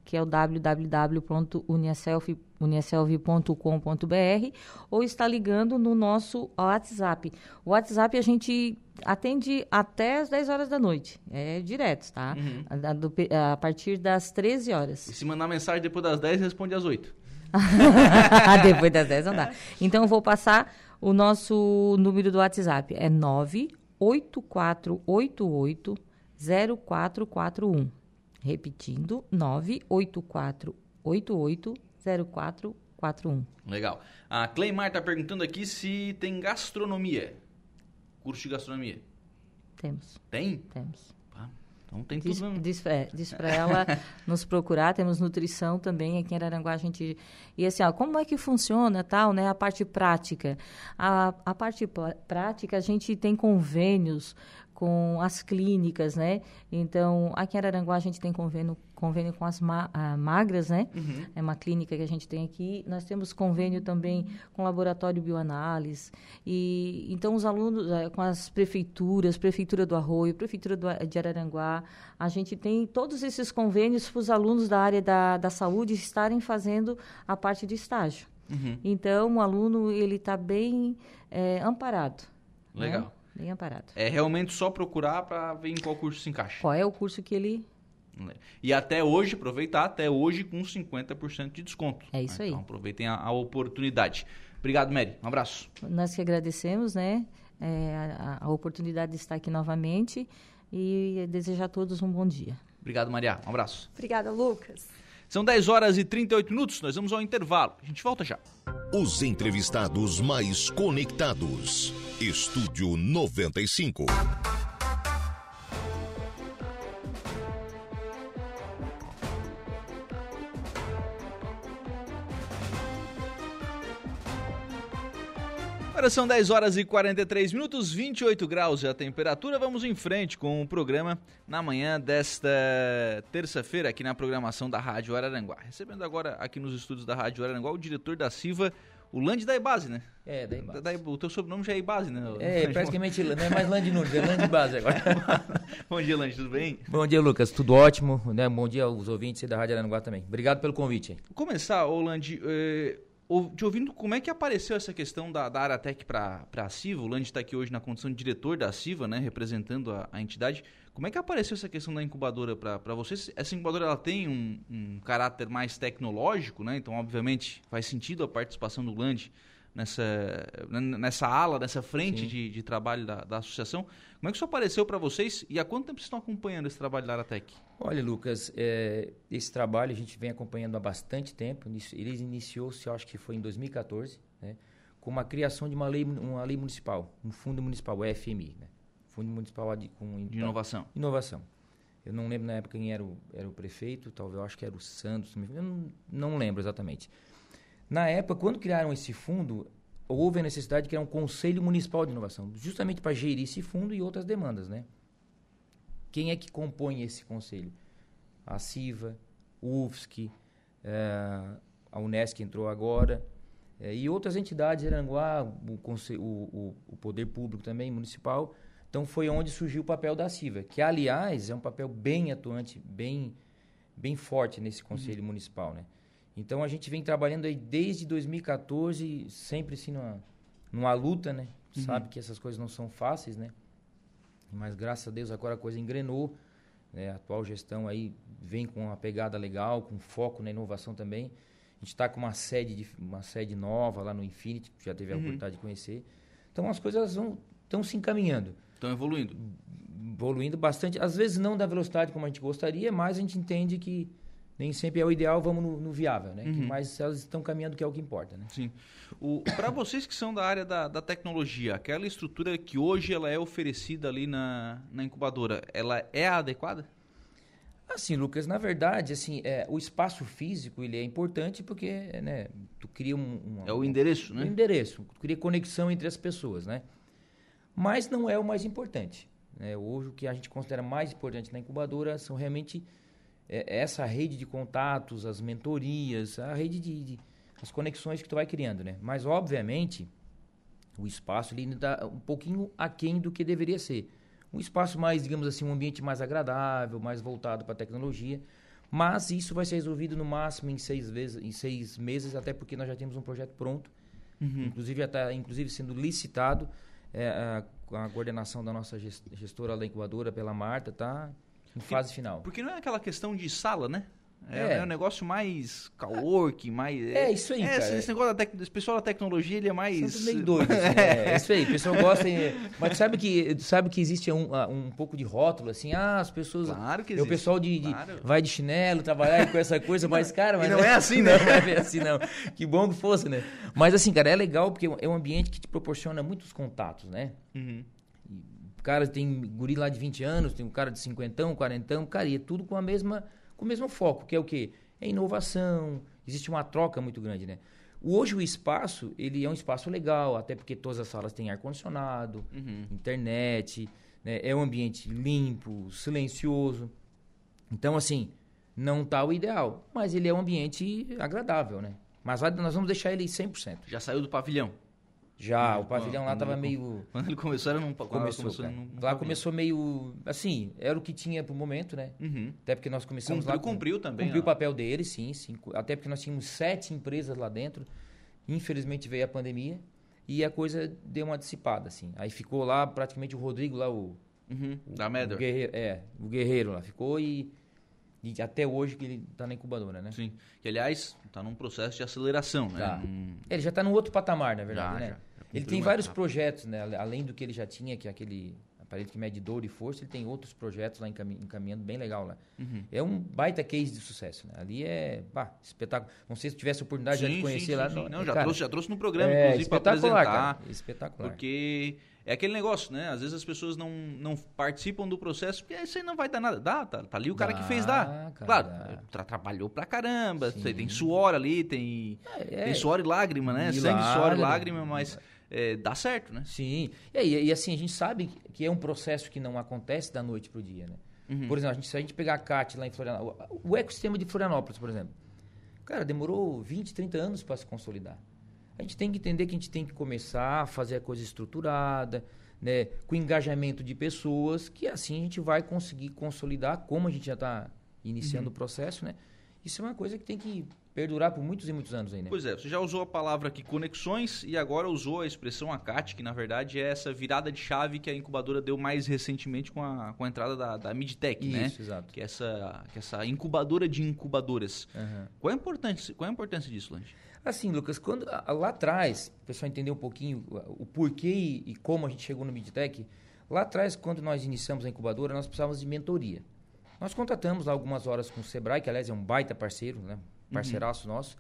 [SPEAKER 3] que é o w w w ponto uniaselv ponto com ponto b r, ou está ligando no nosso WhatsApp. O WhatsApp a gente atende até as dez horas da noite, é direto, tá? Uhum. A, do, a partir das treze horas.
[SPEAKER 2] E se mandar mensagem depois das dez, responde às oito.
[SPEAKER 3] Depois das dez não dá. Então eu vou passar o nosso número do WhatsApp, é nove oito quatro oito oito zero quatro quatro um. Repetindo, nove oito quatro oito oito zero quatro quatro um.
[SPEAKER 2] Legal. A Cleimar está perguntando aqui se tem gastronomia. Curso de gastronomia.
[SPEAKER 3] Temos.
[SPEAKER 2] Tem?
[SPEAKER 3] Temos.
[SPEAKER 2] Ah, então tem
[SPEAKER 3] diz,
[SPEAKER 2] tudo.
[SPEAKER 3] Diz, é, diz para ela nos procurar. Temos nutrição também. Aqui em Araranguá a gente... E assim, ó, como é que funciona tal, né? A parte prática. A, a parte prática, a gente tem convênios com as clínicas, né? Então, aqui em Araranguá a gente tem convênio, convênio com as ma, a Magras, né? Uhum. É uma clínica que a gente tem aqui. Nós temos convênio também com o Laboratório Bioanálise. E, então, os alunos, com as prefeituras, Prefeitura do Arroio, Prefeitura do, de Araranguá, a gente tem todos esses convênios para os alunos da área da, da saúde estarem fazendo a parte de estágio. Uhum. Então, o aluno, ele está bem é, amparado.
[SPEAKER 2] Legal.
[SPEAKER 3] Né? Bem amparado.
[SPEAKER 2] É realmente só procurar para ver em qual curso se encaixa.
[SPEAKER 3] Qual é o curso que ele...
[SPEAKER 2] E até hoje, aproveitar, até hoje com cinquenta por cento de desconto.
[SPEAKER 3] É isso
[SPEAKER 2] né?
[SPEAKER 3] aí.
[SPEAKER 2] Então aproveitem a, a oportunidade. Obrigado, Mary. Um abraço.
[SPEAKER 3] Nós que agradecemos, né, é, a, a oportunidade de estar aqui novamente e desejar a todos um bom dia.
[SPEAKER 2] Obrigado, Maria. Um abraço.
[SPEAKER 4] Obrigada, Lucas.
[SPEAKER 2] São dez horas e trinta e oito minutos, nós vamos ao intervalo. A gente volta já.
[SPEAKER 1] Os entrevistados mais conectados. Estúdio noventa e cinco.
[SPEAKER 2] Agora são dez horas e quarenta e três minutos, vinte e oito graus é a temperatura. Vamos em frente com o programa na manhã desta terça-feira aqui na programação da Rádio Araranguá. Recebendo agora aqui nos estúdios da Rádio Araranguá o diretor da Siva, o Lande da Ibase, né?
[SPEAKER 5] É, da Ibase.
[SPEAKER 2] Da, da, o teu sobrenome já é Ibase, né?
[SPEAKER 5] É, praticamente não é mais Lande Nunes, é Lande Ibase agora.
[SPEAKER 2] Bom dia, Lande, tudo bem?
[SPEAKER 5] Bom dia, Lucas, tudo ótimo, né? Bom dia aos ouvintes da Rádio Araranguá também. Obrigado pelo convite.
[SPEAKER 2] Vou começar, ô Lande, eh, te ouvindo, como é que apareceu essa questão da, da Aratec para a Siva? O Lande está aqui hoje na condição de diretor da Siva, né, representando a, a entidade. Como é que apareceu essa questão da incubadora para vocês? Essa incubadora ela tem um, um caráter mais tecnológico, né? Então, obviamente, faz sentido a participação do Lande nessa, nessa ala, nessa frente de, de trabalho da, da associação. Como é que isso apareceu para vocês e há quanto tempo vocês estão acompanhando esse trabalho da Aratec?
[SPEAKER 5] Olha, Lucas, é, esse trabalho a gente vem acompanhando há bastante tempo. Ele iniciou-se, eu acho que foi em dois mil e catorze, né, com uma criação de uma lei, uma lei municipal, um fundo municipal, o F M I, né, Fundo Municipal de, com,
[SPEAKER 2] de Inovação.
[SPEAKER 5] Inovação. Eu não lembro na época quem era o, era o prefeito, talvez eu acho que era o Santos, eu não, não lembro exatamente. Na época, quando criaram esse fundo, houve a necessidade de criar um Conselho Municipal de Inovação, justamente para gerir esse fundo e outras demandas, né? Quem é que compõe esse conselho? A Siva, o U F S C, é, a Unesc entrou agora, é, e outras entidades, Araranguá, o, conselho, o, o, o Poder Público também, municipal. Então foi onde surgiu o papel da Siva, que aliás é um papel bem atuante, bem, bem forte nesse conselho uhum. municipal, né? Então a gente vem trabalhando aí desde dois mil e catorze, sempre assim numa, numa luta, né? Uhum. Sabe que essas coisas não são fáceis, né? Mas graças a Deus agora a coisa engrenou, né? A atual gestão aí vem com uma pegada legal, com foco na inovação também. A gente está com uma sede, de, uma sede nova lá no Infinity, que já teve a uhum. oportunidade de conhecer. Então as coisas estão se encaminhando.
[SPEAKER 2] Estão evoluindo.
[SPEAKER 5] Evoluindo bastante. Às vezes não da velocidade como a gente gostaria, mas a gente entende que nem sempre é o ideal, vamos no, no viável, né? Uhum. Que, mas elas estão caminhando, que é o que importa, né?
[SPEAKER 2] Sim. Para vocês que são da área da, da tecnologia, aquela estrutura que hoje ela é oferecida ali na, na incubadora, ela é adequada?
[SPEAKER 5] Assim, Lucas, na verdade, assim, é, o espaço físico ele é importante porque, né, tu cria um... um
[SPEAKER 2] é o endereço,
[SPEAKER 5] um,
[SPEAKER 2] né?
[SPEAKER 5] Um endereço, tu cria conexão entre as pessoas, né? Mas não é o mais importante, né? Hoje o que a gente considera mais importante na incubadora são realmente é, essa rede de contatos, as mentorias, a rede de, de as conexões que tu vai criando, né? Mas obviamente o espaço ele ainda está um pouquinho aquém do que deveria ser. Um espaço mais, digamos assim, um ambiente mais agradável, mais voltado para a tecnologia, Mas isso vai ser resolvido no máximo em seis, vezes, em seis meses, até porque nós já temos um projeto pronto. Uhum. Inclusive, já está inclusive sendo licitado. É, a, a coordenação da nossa gestora da incubadora pela Marta está em fase final.
[SPEAKER 2] Porque não é aquela questão de sala, né? É,
[SPEAKER 5] É.
[SPEAKER 2] é um negócio mais cowork, mais...
[SPEAKER 5] É isso aí,
[SPEAKER 2] é,
[SPEAKER 5] cara.
[SPEAKER 2] Esse, esse negócio da tec... esse pessoal da tecnologia, ele é mais...
[SPEAKER 5] São meio doidos, assim, é, é isso aí, o pessoal gosta... em- Mas sabe que, sabe que existe um, ah, um pouco de rótulo, assim, ah, as pessoas...
[SPEAKER 2] Claro que
[SPEAKER 5] é, o
[SPEAKER 2] existe.
[SPEAKER 5] pessoal de, de-
[SPEAKER 2] Claro.
[SPEAKER 5] vai de chinelo, trabalhar com essa coisa, mas, cara... Mas
[SPEAKER 2] não é assim, né?
[SPEAKER 5] Não é bem assim, não. Que bom que fosse, né? Mas, assim, cara, é legal porque é um ambiente que te proporciona muitos contatos, né?
[SPEAKER 2] Uhum.
[SPEAKER 5] O cara tem guri lá de vinte anos, tem um cara de cinquentão, quarentão, cara, e é tudo com a mesma, com o mesmo foco, que é o quê? É inovação, existe uma troca muito grande, né? Hoje o espaço, ele é um espaço legal, até porque todas as salas têm ar-condicionado,
[SPEAKER 2] Uhum.
[SPEAKER 5] internet, né? É um ambiente limpo, silencioso. Então, assim, não tá o ideal, mas ele é um ambiente agradável, né? Mas vai- nós vamos deixar ele cem por cento.
[SPEAKER 2] Já saiu do pavilhão.
[SPEAKER 5] Já,
[SPEAKER 2] Uhum.
[SPEAKER 5] o pavilhão lá
[SPEAKER 2] Quando
[SPEAKER 5] tava
[SPEAKER 2] ele-
[SPEAKER 5] meio...
[SPEAKER 2] Quando ele começou, era num... quando ela
[SPEAKER 5] Começou,
[SPEAKER 2] começou
[SPEAKER 5] cara.
[SPEAKER 2] num- num
[SPEAKER 5] Lá
[SPEAKER 2] pavilhão.
[SPEAKER 5] começou meio... Assim, era o que tinha pro momento, né?
[SPEAKER 2] Uhum.
[SPEAKER 5] Até porque nós começamos
[SPEAKER 2] Cumpriu,
[SPEAKER 5] lá... com-
[SPEAKER 2] cumpriu também.
[SPEAKER 5] Cumpriu
[SPEAKER 2] ó.
[SPEAKER 5] o papel dele, sim, sim. Até porque nós tínhamos sete empresas lá dentro. Infelizmente veio a pandemia e a coisa deu uma dissipada, assim. Aí ficou lá praticamente o Rodrigo, lá o...
[SPEAKER 2] Uhum. Da
[SPEAKER 5] o
[SPEAKER 2] Medor.
[SPEAKER 5] guerreiro, é, o guerreiro lá. Ficou e, e até hoje que ele tá na incubadora, né?
[SPEAKER 2] Sim. Que, aliás, tá num processo de aceleração, né?
[SPEAKER 5] Tá.
[SPEAKER 2] Hum,
[SPEAKER 5] Ele já tá num outro patamar, na verdade,
[SPEAKER 2] Já,
[SPEAKER 5] né?
[SPEAKER 2] já. Já
[SPEAKER 5] Ele
[SPEAKER 2] cumpriu
[SPEAKER 5] tem
[SPEAKER 2] uma
[SPEAKER 5] vários
[SPEAKER 2] etapa.
[SPEAKER 5] projetos, né? Ale- Além do que ele já tinha, que é aquele aparelho que mede dor e força, ele tem outros projetos lá encami- encaminhando bem legal lá.
[SPEAKER 2] Uhum.
[SPEAKER 5] É um baita case de sucesso, né? Ali é, pá, espetáculo. Não sei se tivesse a oportunidade de
[SPEAKER 2] Sim,
[SPEAKER 5] te conhecer
[SPEAKER 2] sim,
[SPEAKER 5] lá.
[SPEAKER 2] sim,
[SPEAKER 5] no-
[SPEAKER 2] sim. Não, já,
[SPEAKER 5] cara,
[SPEAKER 2] trouxe, já trouxe no programa,
[SPEAKER 5] é
[SPEAKER 2] inclusive, para
[SPEAKER 5] espetacular,
[SPEAKER 2] apresentar.
[SPEAKER 5] cara. Espetacular.
[SPEAKER 2] Porque é aquele negócio, né? Às vezes as pessoas não, não participam do processo, porque isso aí não vai dar nada. Dá, tá, tá ali o cara
[SPEAKER 5] Dá,
[SPEAKER 2] que fez dar.
[SPEAKER 5] cara,
[SPEAKER 2] Claro,
[SPEAKER 5] dá.
[SPEAKER 2] tra- trabalhou pra caramba,
[SPEAKER 5] Sim.
[SPEAKER 2] tem, tem suor ali, tem,
[SPEAKER 5] É,
[SPEAKER 2] tem suor e lágrima, né?
[SPEAKER 5] e
[SPEAKER 2] Sangue, suor e
[SPEAKER 5] lágrima.
[SPEAKER 2] lágrima, mas é, dá certo, né?
[SPEAKER 5] Sim. E, aí, e assim, a gente sabe que é um processo que não acontece da noite pro dia, né?
[SPEAKER 2] Uhum.
[SPEAKER 5] Por exemplo, a gente, se a gente pegar a C A T lá em Florianópolis, o o ecossistema de Florianópolis, por exemplo, cara, demorou vinte, trinta anos para se consolidar. A gente tem que entender que a gente tem que começar a fazer a coisa estruturada, né, com engajamento de pessoas, que assim a gente vai conseguir consolidar, como a gente já está iniciando
[SPEAKER 2] Uhum.
[SPEAKER 5] o processo, né? Isso é uma coisa que tem que perdurar por muitos e muitos anos aí, né?
[SPEAKER 2] Pois é, você já usou a palavra aqui conexões e agora usou a expressão A C A T, que na verdade é essa virada de chave que a incubadora deu mais recentemente com a, com a entrada da, da Midtech, né?
[SPEAKER 5] Isso, exato.
[SPEAKER 2] Que é essa, que é essa incubadora de incubadoras.
[SPEAKER 5] Aham.
[SPEAKER 2] Qual é a importância, qual é a importância disso, Lange?
[SPEAKER 5] Assim, Lucas, quando a- lá atrás, o pessoal entender um pouquinho o, o porquê e, e como a gente chegou no Midtech, lá atrás, quando nós iniciamos a incubadora, nós precisávamos de mentoria. Nós contratamos lá algumas horas com o Sebrae, que aliás é um baita parceiro, né? Parceiraço nosso.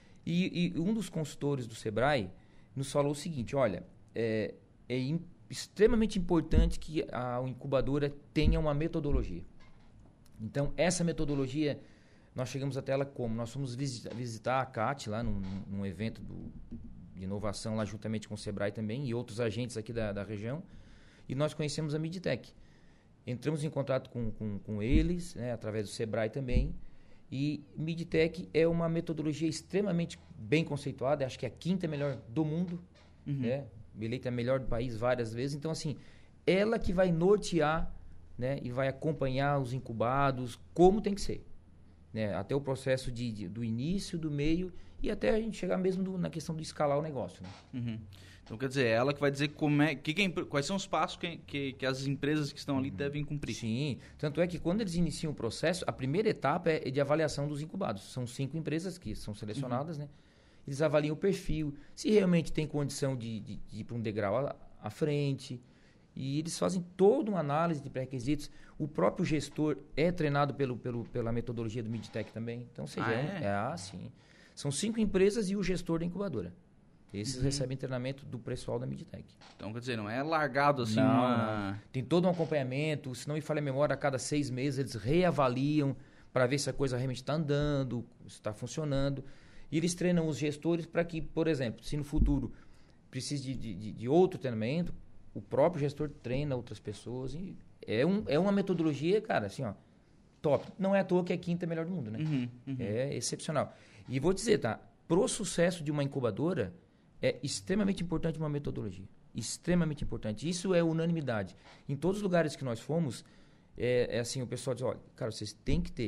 [SPEAKER 5] E, e um dos consultores do Sebrae nos falou o seguinte, olha, é, é im- extremamente importante que a incubadora tenha uma metodologia. Então, essa metodologia, nós chegamos até ela como? Nós fomos visita- visitar a C A T lá num, num evento do- de inovação lá juntamente com o Sebrae também e outros agentes aqui da, da região e nós conhecemos a Midtech. Entramos em contato com, com, com eles, né, através do Sebrae também, e Midtech é uma metodologia extremamente bem conceituada, acho que é a quinta melhor do mundo, né, eleita a melhor do país várias vezes, então assim, ela que vai nortear, né, e vai acompanhar os incubados como tem que ser, né, até o processo de, de- do início, do meio e até a gente chegar mesmo do- na questão de escalar o negócio, né?
[SPEAKER 2] Uhum. Então, quer dizer, é ela que vai dizer como é, que que a empre- quais são os passos que, que, que as empresas que estão ali devem cumprir.
[SPEAKER 5] Sim, tanto é que quando eles iniciam o processo, a primeira etapa é de avaliação dos incubados. São cinco empresas que são selecionadas, né? Eles avaliam o perfil, se realmente tem condição de, de- de ir para um degrau à, à frente. E eles fazem toda uma análise de pré-requisitos. O próprio gestor é treinado pelo, pelo, pela metodologia do Midtech também. Então, ou seja,
[SPEAKER 2] Ah,
[SPEAKER 5] é, um-
[SPEAKER 2] é?
[SPEAKER 5] é ah, sim. São cinco empresas e o gestor da incubadora. Esses recebem treinamento do pessoal da Midtech.
[SPEAKER 2] Então, quer dizer, não é largado assim
[SPEAKER 5] Não,
[SPEAKER 2] uma...
[SPEAKER 5] Tem todo um acompanhamento, se não me falha a memória, a cada seis meses eles reavaliam para ver se a coisa realmente está andando, se está funcionando. E eles treinam os gestores para que, por exemplo, se no futuro precisa de, de, de outro treinamento, o próprio gestor treina outras pessoas. E é, um, é uma metodologia, cara, assim, ó, top. Não é à toa que é a quinta melhor do mundo, né?
[SPEAKER 2] Uhum, uhum.
[SPEAKER 5] É excepcional. E vou dizer, tá? Pro sucesso de uma incubadora, é extremamente importante uma metodologia. Extremamente importante. Isso é unanimidade. Em todos os lugares que nós fomos, é, é assim, o pessoal diz, olha, cara, vocês têm que ter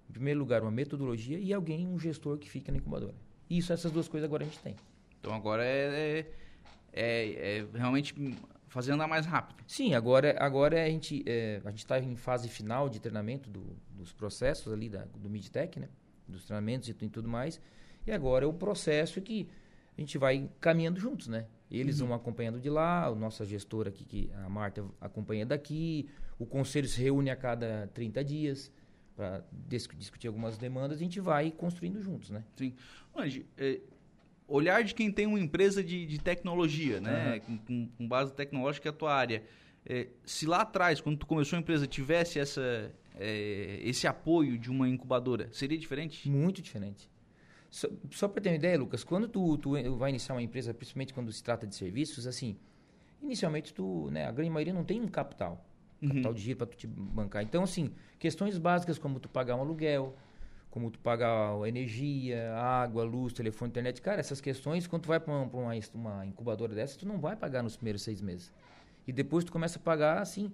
[SPEAKER 5] Em primeiro lugar, uma metodologia e alguém, um gestor que fica na incubadora. Isso, essas duas coisas agora a gente tem.
[SPEAKER 2] Então agora é, é, é, é realmente fazer andar mais rápido.
[SPEAKER 5] Sim, agora, agora a gente é, a gente está em fase final de treinamento do, dos processos ali da, do MidTech, né? Dos treinamentos e tudo mais. E agora é o processo que a gente vai caminhando juntos, né? Eles uhum. vão acompanhando de lá, a nossa gestora aqui, que a Marta, acompanha daqui, o conselho se reúne a cada trinta dias para discutir algumas demandas, a gente vai construindo juntos, né?
[SPEAKER 2] Sim. Andy, é, olhar de quem tem uma empresa de, de tecnologia, né? Uhum. Com, com base tecnológica que é a tua área. É, se lá atrás, quando tu começou a empresa, tivesse essa, é, esse apoio de uma incubadora, seria diferente?
[SPEAKER 5] Muito diferente. Só, só para ter uma ideia, Lucas, quando tu, tu vai iniciar uma empresa, principalmente quando se trata de serviços, assim, inicialmente tu, né, a grande maioria não tem um capital, uhum. capital de giro para tu te bancar. Então, assim, questões básicas como tu pagar um aluguel, como tu pagar energia, água, luz, telefone, internet, cara, essas questões, quando tu vai para uma, uma, uma incubadora dessa, tu não vai pagar nos primeiros seis meses. E depois tu começa a pagar, assim,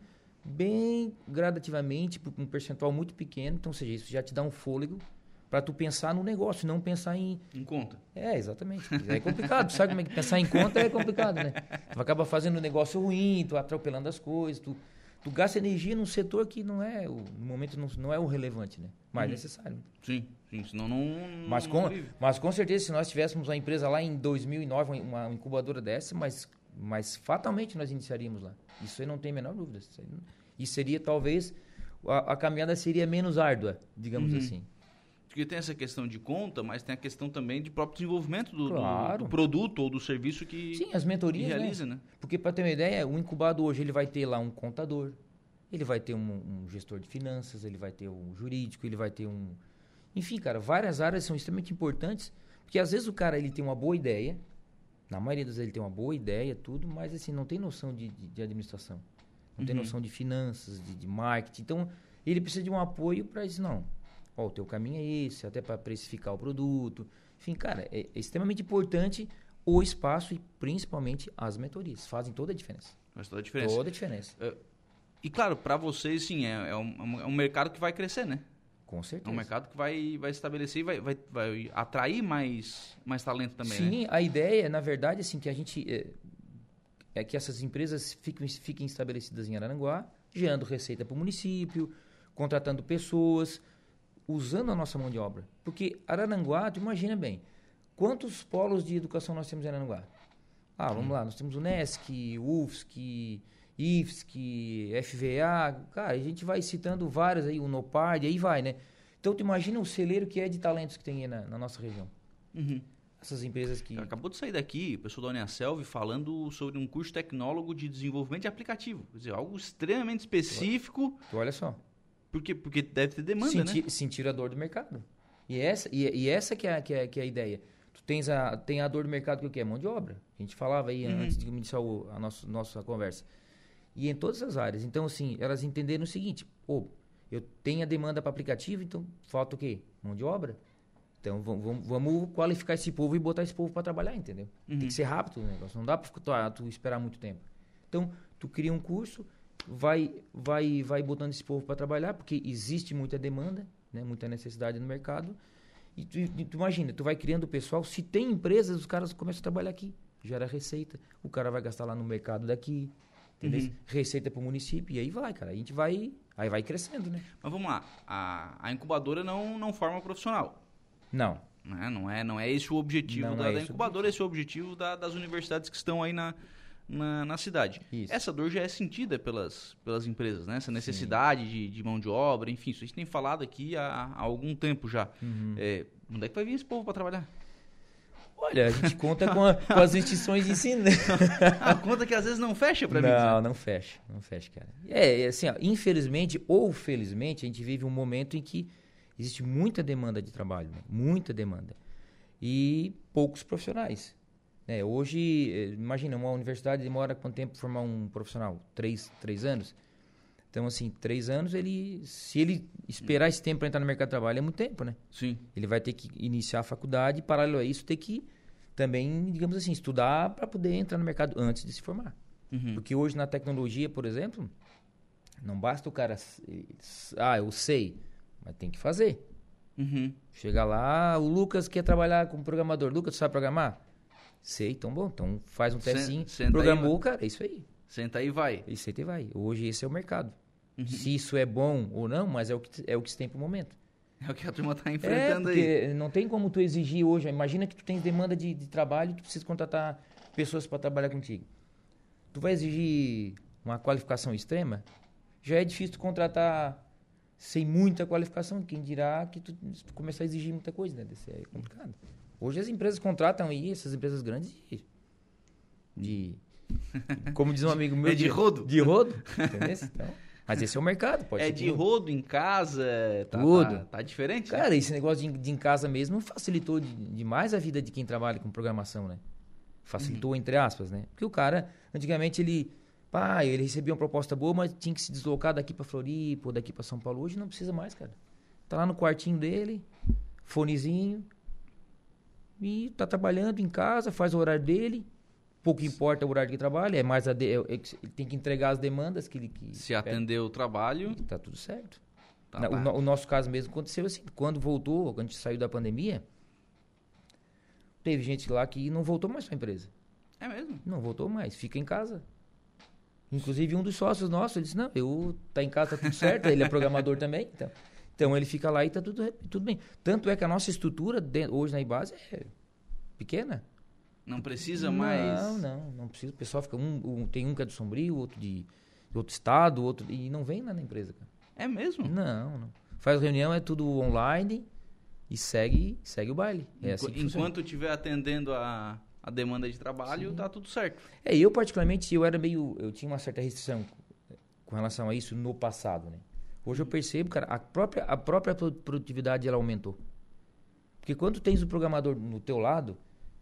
[SPEAKER 5] bem gradativamente, por um percentual muito pequeno, então, ou seja, isso já te dá um fôlego para tu pensar no negócio, não pensar em...
[SPEAKER 2] Em conta.
[SPEAKER 5] É, exatamente. É complicado. Sabe como é que pensar em conta é complicado, né? Tu acaba fazendo um negócio ruim, tu atropelando as coisas, tu, tu gasta energia num setor que não é, o, no momento, não, não é o relevante, né? Mas uhum. necessário.
[SPEAKER 2] Sim, sim, senão não...
[SPEAKER 5] Mas
[SPEAKER 2] não
[SPEAKER 5] com, mas com certeza, se nós tivéssemos uma empresa lá em dois mil e nove, uma, uma incubadora dessa, mas, mas fatalmente nós iniciaríamos lá. Isso aí não tem a menor dúvida. Isso, aí, isso seria, talvez, a, a caminhada seria menos árdua, digamos uhum. assim.
[SPEAKER 2] Porque tem essa questão de conta, mas tem a questão também de próprio desenvolvimento do,
[SPEAKER 5] claro.
[SPEAKER 2] do, do produto ou do serviço que,
[SPEAKER 5] Sim, as mentorias,
[SPEAKER 2] que realiza, né? né?
[SPEAKER 5] Porque, para ter uma ideia, o incubado hoje ele vai ter lá um contador, ele vai ter um, um gestor de finanças, ele vai ter um jurídico, ele vai ter um... Enfim, cara, várias áreas são extremamente importantes, porque às vezes o cara ele tem uma boa ideia, na maioria das vezes ele tem uma boa ideia, tudo, mas assim, não tem noção de, de, de administração, não uhum. tem noção de finanças, de, de marketing. Então, ele precisa de um apoio para isso, não. Ó, o teu caminho é esse, até para precificar o produto. Enfim, cara, é, é extremamente importante o espaço e principalmente as mentorias. Fazem toda a diferença.
[SPEAKER 2] Faz toda a diferença.
[SPEAKER 5] Toda a diferença.
[SPEAKER 2] É, e claro, para vocês, sim, é, é, um, é um mercado que vai crescer, né?
[SPEAKER 5] Com certeza.
[SPEAKER 2] É um mercado que vai, vai estabelecer e vai, vai, vai atrair mais, mais talento também,
[SPEAKER 5] sim,
[SPEAKER 2] né?
[SPEAKER 5] A ideia, na verdade, assim, que a gente... É, é que essas empresas fiquem, fiquem estabelecidas em Araranguá, gerando receita para o município, contratando pessoas... usando a nossa mão de obra. Porque Araranguá, tu imagina bem, quantos polos de educação nós temos em Araranguá? Ah, vamos hum. lá, nós temos o NESC, U F S C, I F S C, F V A, cara, a gente vai citando várias aí, o NOPARD, aí vai, né? Então, tu imagina o celeiro que é de talentos que tem aí na, na nossa região.
[SPEAKER 2] Uhum.
[SPEAKER 5] Essas empresas que...
[SPEAKER 2] Acabou de sair daqui, o pessoal da Uniaselv falando sobre um curso tecnólogo de desenvolvimento de aplicativo. Quer dizer, algo extremamente específico.
[SPEAKER 5] Tu olha só.
[SPEAKER 2] Porque, porque deve ter demanda,
[SPEAKER 5] sentir,
[SPEAKER 2] né?
[SPEAKER 5] Sentir a dor do mercado. E essa, e, e essa que, é, que, é, que é a ideia. Tu tens a, tem a dor do mercado que é o quê? É mão de obra. A gente falava aí uhum. antes de iniciar o, a nossa, nossa conversa. E em todas as áreas. Então, assim, elas entenderam o seguinte. Pô, eu tenho a demanda para aplicativo, então falta o quê? Mão de obra. Então, vamos, vamos qualificar esse povo e botar esse povo para trabalhar, entendeu? Uhum. Tem que ser rápido o negócio. Não dá para tu, tu esperar muito tempo. Então, tu cria um curso... Vai, vai, vai botando esse povo para trabalhar, porque existe muita demanda, né, muita necessidade no mercado. E tu, e tu imagina, tu vai criando o pessoal, se tem empresas, os caras começam a trabalhar aqui, gera receita, o cara vai gastar lá no mercado daqui, entendeu? Uhum. Receita para o município, e aí vai, cara. A gente vai, aí vai crescendo, né?
[SPEAKER 2] Mas vamos lá, a, a incubadora não, não forma profissional.
[SPEAKER 5] Não.
[SPEAKER 2] Não é, não é, não é esse o objetivo
[SPEAKER 5] não
[SPEAKER 2] da,
[SPEAKER 5] é
[SPEAKER 2] da
[SPEAKER 5] esse
[SPEAKER 2] incubadora, esse é o objetivo da, das universidades que estão aí na... Na, na cidade.
[SPEAKER 5] Isso.
[SPEAKER 2] Essa dor já é sentida pelas, pelas empresas, né? Essa necessidade de, de mão de obra, enfim, isso a gente tem falado aqui há, há algum tempo já.
[SPEAKER 5] Uhum.
[SPEAKER 2] É, onde é que vai vir esse povo para trabalhar?
[SPEAKER 5] Olha, a gente conta com, a, com as instituições de ensino.
[SPEAKER 2] A conta que às vezes não fecha para mim.
[SPEAKER 5] Não, não fecha, não fecha, cara. É, assim, ó, infelizmente ou felizmente, a gente vive um momento em que existe muita demanda de trabalho, né? Muita demanda. E poucos profissionais. É, hoje, imagina, uma universidade demora quanto tempo para formar um profissional? Três, três anos? Então, assim, três anos, ele, se ele esperar esse tempo para entrar no mercado de trabalho, é muito tempo, né?
[SPEAKER 2] Sim.
[SPEAKER 5] Ele vai ter que iniciar a faculdade e, paralelo a isso, ter que também, digamos assim, estudar para poder entrar no mercado antes de se formar. Uhum. Porque hoje, na tecnologia, por exemplo, não basta o cara... Ah, eu sei, mas tem que fazer.
[SPEAKER 2] Uhum.
[SPEAKER 5] Chega lá, o Lucas quer trabalhar como programador. Lucas, tu sabe programar? Sei, então bom. Então faz um
[SPEAKER 2] Sen-
[SPEAKER 5] testinho.
[SPEAKER 2] senta
[SPEAKER 5] Programou,
[SPEAKER 2] aí,
[SPEAKER 5] cara, é isso aí.
[SPEAKER 2] Senta aí e vai.
[SPEAKER 5] Isso aí vai. Hoje esse é o mercado.
[SPEAKER 2] Uhum.
[SPEAKER 5] Se isso é bom ou não, mas é o que, é o que se tem pro momento.
[SPEAKER 2] É o que a turma tá
[SPEAKER 5] É,
[SPEAKER 2] enfrentando aí.
[SPEAKER 5] porque não tem como tu exigir hoje. Imagina que tu tens demanda de, de trabalho e tu precisa contratar pessoas para trabalhar contigo. Tu vai exigir uma qualificação extrema? Já é difícil tu contratar sem muita qualificação. Quem dirá que tu, se tu começar a exigir muita coisa, né? Desse é complicado. Hoje as empresas contratam aí, essas empresas grandes, de... de como diz um amigo meu...
[SPEAKER 2] É de rodo?
[SPEAKER 5] De rodo, entendeu? Então, mas esse é o mercado, pode
[SPEAKER 2] É
[SPEAKER 5] ser
[SPEAKER 2] de
[SPEAKER 5] tudo.
[SPEAKER 2] rodo em casa, tá,
[SPEAKER 5] Tudo.
[SPEAKER 2] tá, tá diferente, né?
[SPEAKER 5] Cara, esse negócio de, de em casa mesmo facilitou de- demais a vida de quem trabalha com programação, né? Facilitou, entre aspas, né? Porque o cara, antigamente, ele... Pá, ele recebia uma proposta boa, mas tinha que se deslocar daqui pra Floripa ou daqui pra São Paulo. Hoje não precisa mais, cara. Tá lá no quartinho dele, fonezinho, e tá trabalhando em casa, faz o horário dele. Pouco importa o horário que ele trabalha, é mais a de- é- é que ele tem que entregar as demandas que ele... Que
[SPEAKER 2] Se atender o trabalho,
[SPEAKER 5] Tá tudo certo.
[SPEAKER 2] tá,
[SPEAKER 5] Na-
[SPEAKER 2] tá.
[SPEAKER 5] O, no- o nosso caso mesmo aconteceu assim. Quando voltou, quando a gente saiu da pandemia, teve gente lá que não voltou mais pra empresa.
[SPEAKER 2] É mesmo?
[SPEAKER 5] Não voltou mais, fica em casa. Inclusive um dos sócios nossos, ele disse, não, eu tá em casa, tá tudo certo. Ele é programador também, então. Então ele fica lá e tá tudo, tudo bem. Tanto é que a nossa estrutura de- hoje na Ibase é pequena.
[SPEAKER 2] Não precisa mais...
[SPEAKER 5] Não, não, não precisa. O pessoal fica, um, um- tem um que é do Sombrio, outro de, de outro estado, outro... E não vem lá na empresa, cara.
[SPEAKER 2] É mesmo?
[SPEAKER 5] Não, não. Faz reunião, é tudo online e segue, segue o baile. É assim
[SPEAKER 2] Enqu-
[SPEAKER 5] que funciona.
[SPEAKER 2] Enquanto estiver atendendo a, a demanda de trabalho,
[SPEAKER 5] Sim.
[SPEAKER 2] tá tudo certo.
[SPEAKER 5] É, eu particularmente, eu era meio... Eu tinha uma certa restrição com relação a isso no passado, né? Hoje eu percebo, cara, a própria, a própria pro- produtividade, ela aumentou. Porque quando tu tens o programador no teu lado,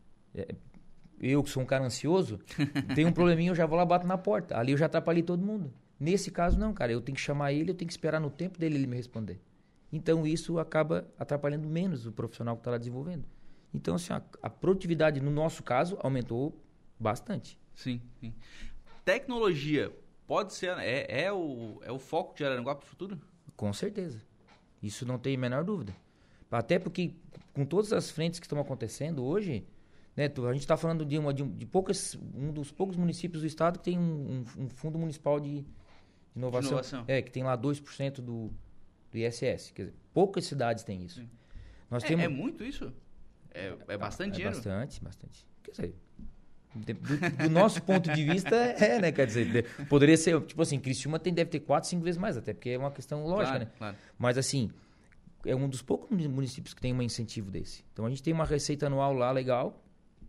[SPEAKER 5] é, eu que sou um cara ansioso, tem um probleminha, eu já vou lá, bato na porta. Ali eu já atrapalhei todo mundo. Nesse caso, não, cara. Eu tenho que chamar ele, eu tenho que esperar no tempo dele ele me responder. Então, isso acaba atrapalhando menos o profissional que está lá desenvolvendo. Então, assim, a, a produtividade, no nosso caso, aumentou bastante.
[SPEAKER 2] Sim, sim. Tecnologia pode ser... É, é, o, é o foco de Araranguá para o futuro?
[SPEAKER 5] Com certeza. Isso não tem a menor dúvida. Até porque, com todas as frentes que estão acontecendo hoje, né, tu- a gente está falando de, uma, de, um, de poucas, um dos poucos municípios do estado que tem um, um- um fundo municipal de, de inovação.
[SPEAKER 2] De inovação.
[SPEAKER 5] É, que tem lá dois por cento do, do I S S. Quer dizer, poucas cidades têm isso.
[SPEAKER 2] Sim.
[SPEAKER 5] Nós
[SPEAKER 2] É,
[SPEAKER 5] temos...
[SPEAKER 2] é muito isso? É, é bastante
[SPEAKER 5] é
[SPEAKER 2] dinheiro?
[SPEAKER 5] Bastante, bastante. Quer dizer, de- do, do nosso ponto de vista, é, né? Quer dizer, de- poderia ser, tipo assim, Criciúma tem, deve ter quatro, cinco vezes mais, até porque é uma questão lógica,
[SPEAKER 2] Claro,
[SPEAKER 5] né?
[SPEAKER 2] claro.
[SPEAKER 5] Mas assim, é um dos poucos muni- municípios que tem um incentivo desse. Então a gente tem uma receita anual lá legal,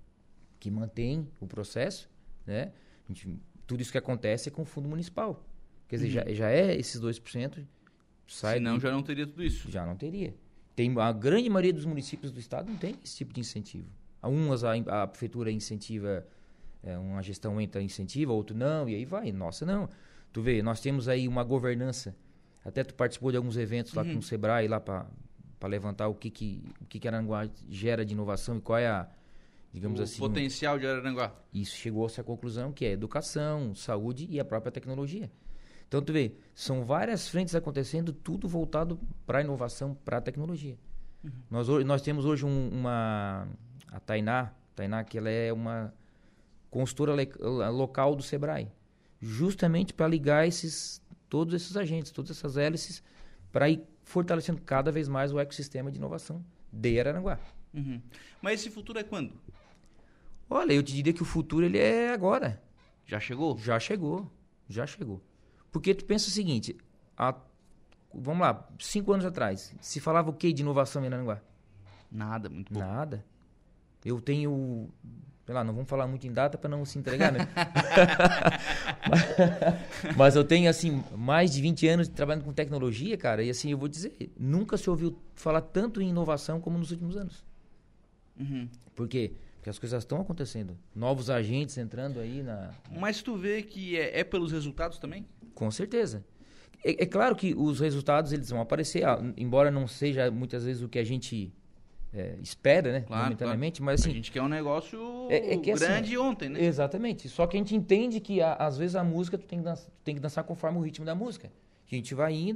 [SPEAKER 5] que mantém o processo, né? A gente, tudo isso que acontece é com o fundo municipal. Quer dizer, já, já é esses dois por cento, sai...
[SPEAKER 2] Senão
[SPEAKER 5] do-
[SPEAKER 2] já não teria tudo isso.
[SPEAKER 5] já não teria. Tem, a grande maioria dos municípios do estado não tem esse tipo de incentivo. A Umas a, a prefeitura incentiva, é, uma gestão entra incentiva, outro não, e aí vai. Nossa, não. Tu vê, nós temos aí uma governança. Até tu participou de alguns eventos lá
[SPEAKER 2] Uhum.
[SPEAKER 5] com o Sebrae, lá para levantar o que que, o que que Aranguá gera de inovação e qual é a, digamos
[SPEAKER 2] O
[SPEAKER 5] assim...
[SPEAKER 2] potencial de Araranguá.
[SPEAKER 5] Isso chegou-se à conclusão que é educação, saúde e a própria tecnologia. Então, tu vê, são várias frentes acontecendo, tudo voltado para a inovação, para a tecnologia.
[SPEAKER 2] Uhum.
[SPEAKER 5] Nós, hoje- nós temos hoje um- uma... A Tainá, Tainá, que ela é uma consultora le- local do Sebrae, justamente para ligar esses, todos esses agentes, todas essas hélices, para ir fortalecendo cada vez mais o ecossistema de inovação de Araranguá.
[SPEAKER 2] Uhum. Mas esse futuro é quando?
[SPEAKER 5] Olha, eu te diria que o futuro ele é agora.
[SPEAKER 2] Já chegou?
[SPEAKER 5] Já chegou, já chegou. Porque tu pensa o seguinte, há, vamos lá, cinco anos atrás, se falava o que de inovação em Araranguá?
[SPEAKER 2] Nada, muito pouco.
[SPEAKER 5] Nada. Eu tenho, sei lá, não vamos falar muito em data para não se entregar, né? mas, mas eu tenho, assim, mais de vinte anos trabalhando com tecnologia, cara, e assim, eu vou dizer, nunca se ouviu falar tanto em inovação como nos últimos anos.
[SPEAKER 2] Uhum.
[SPEAKER 5] Por quê? Porque as coisas estão acontecendo. Novos agentes entrando aí na...
[SPEAKER 2] Mas tu vê que é, é pelos resultados também?
[SPEAKER 5] Com certeza. É, é claro que os resultados eles vão aparecer, ah, embora não seja muitas vezes o que a gente é, espera, né?
[SPEAKER 2] Claro,
[SPEAKER 5] momentaneamente,
[SPEAKER 2] claro.
[SPEAKER 5] mas assim...
[SPEAKER 2] A gente quer um negócio
[SPEAKER 5] É- é que, assim,
[SPEAKER 2] grande ontem, né?
[SPEAKER 5] Exatamente. Só que a gente entende que a- às vezes a música tu tem, que dançar, tu tem que dançar conforme o ritmo da música. A gente vai indo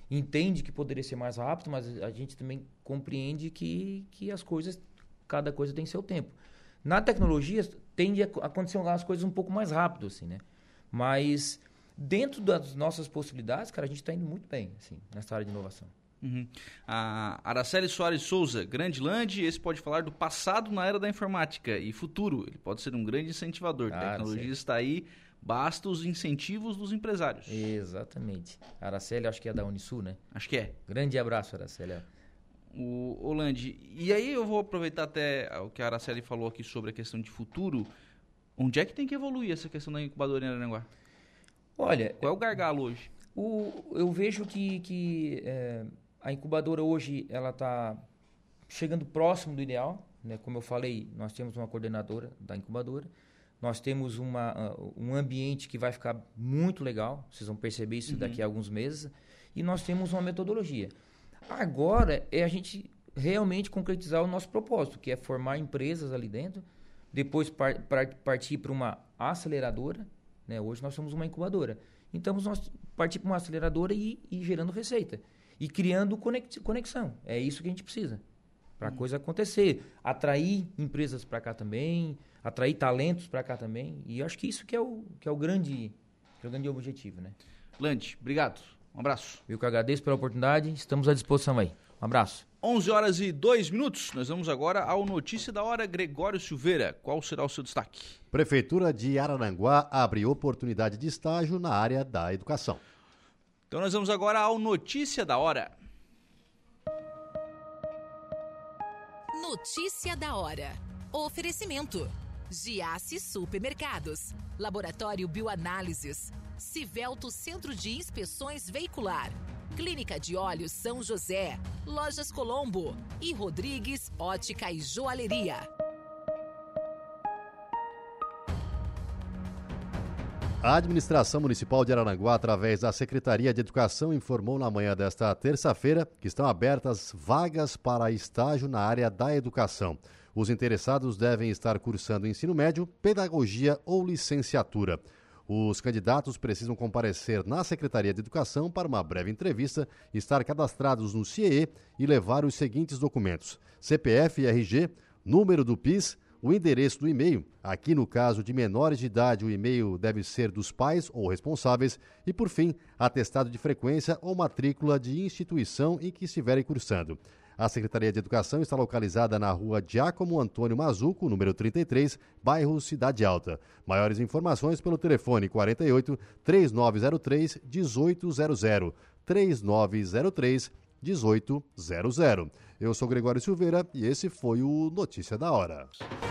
[SPEAKER 5] entende que poderia ser mais rápido, mas a gente também compreende que, que as coisas, cada coisa tem seu tempo. Na tecnologia, tende a acontecer as coisas um pouco mais rápido, assim, né? Mas dentro das nossas possibilidades, cara, a gente está indo muito bem, assim, nessa área de inovação.
[SPEAKER 2] Uhum. A Araceli Soares Souza, Grandland, esse pode falar do passado na era da informática e futuro. Ele pode ser um grande incentivador. A
[SPEAKER 5] Ah,
[SPEAKER 2] tecnologia
[SPEAKER 5] sei.
[SPEAKER 2] está aí, basta os incentivos dos empresários.
[SPEAKER 5] Exatamente. A Araceli, acho que é da Unisul, né?
[SPEAKER 2] Acho que é.
[SPEAKER 5] Grande abraço, Araceli.
[SPEAKER 2] O Olandi, e aí eu vou aproveitar até o que a Araceli falou aqui sobre a questão de futuro. Onde é que tem que evoluir essa questão da incubadora em Araranguá?
[SPEAKER 5] Olha,
[SPEAKER 2] Qual é o gargalo hoje?
[SPEAKER 5] o, eu vejo que, que é, a incubadora hoje ela está chegando próximo do ideal, né? Como eu falei, nós temos uma coordenadora da incubadora, nós temos uma, uh, um ambiente que vai ficar muito legal, vocês vão perceber isso
[SPEAKER 2] Uhum.
[SPEAKER 5] daqui a alguns meses, e nós temos uma metodologia. Agora é a gente realmente concretizar o nosso propósito, que é formar empresas ali dentro, depois par, par, partir para uma aceleradora, né? Hoje nós somos uma incubadora. Então nós partir para uma aceleradora e ir gerando receita. E criando conex, conexão. É isso que a gente precisa. Para a
[SPEAKER 2] Hum.
[SPEAKER 5] coisa acontecer. Atrair empresas para cá também, atrair talentos para cá também. E eu acho que isso que é o, que é o, grande, que é o grande objetivo, né?
[SPEAKER 2] Landi, obrigado. Um abraço.
[SPEAKER 5] Eu que agradeço pela oportunidade, estamos à disposição aí. Um abraço.
[SPEAKER 2] onze horas e dois minutos. Nós vamos agora ao Notícia da Hora. Gregório Silveira, qual será o seu destaque?
[SPEAKER 6] Prefeitura de Araranguá abre oportunidade de estágio na área da educação.
[SPEAKER 2] Então nós vamos agora ao Notícia da Hora.
[SPEAKER 7] Notícia da hora. Oferecimento. Giasse Supermercados. Laboratório Bioanálises. Civelto Centro de Inspeções Veicular. Clínica de Olhos São José. Lojas Colombo. E Rodrigues Ótica e Joalheria.
[SPEAKER 6] A Administração Municipal de Araranguá, através da Secretaria de Educação, informou na manhã desta terça-feira que estão abertas vagas para estágio na área da educação. Os interessados devem estar cursando ensino médio, pedagogia ou licenciatura. Os candidatos precisam comparecer na Secretaria de Educação para uma breve entrevista, estar cadastrados no C I E e levar os seguintes documentos: C P F e R G, número do P I S, o endereço do e-mail. Aqui, no caso de menores de idade, o e-mail deve ser dos pais ou responsáveis. E, por fim, atestado de frequência ou matrícula de instituição em que estiverem cursando. A Secretaria de Educação está localizada na rua Giacomo Antônio Mazuco, número trinta e três, bairro Cidade Alta. Maiores informações pelo telefone quarenta e oito, três nove zero três, um oito zero zero, três nove zero três, um oito zero zero. Eu sou Gregório Silveira e esse foi o Notícia da Hora.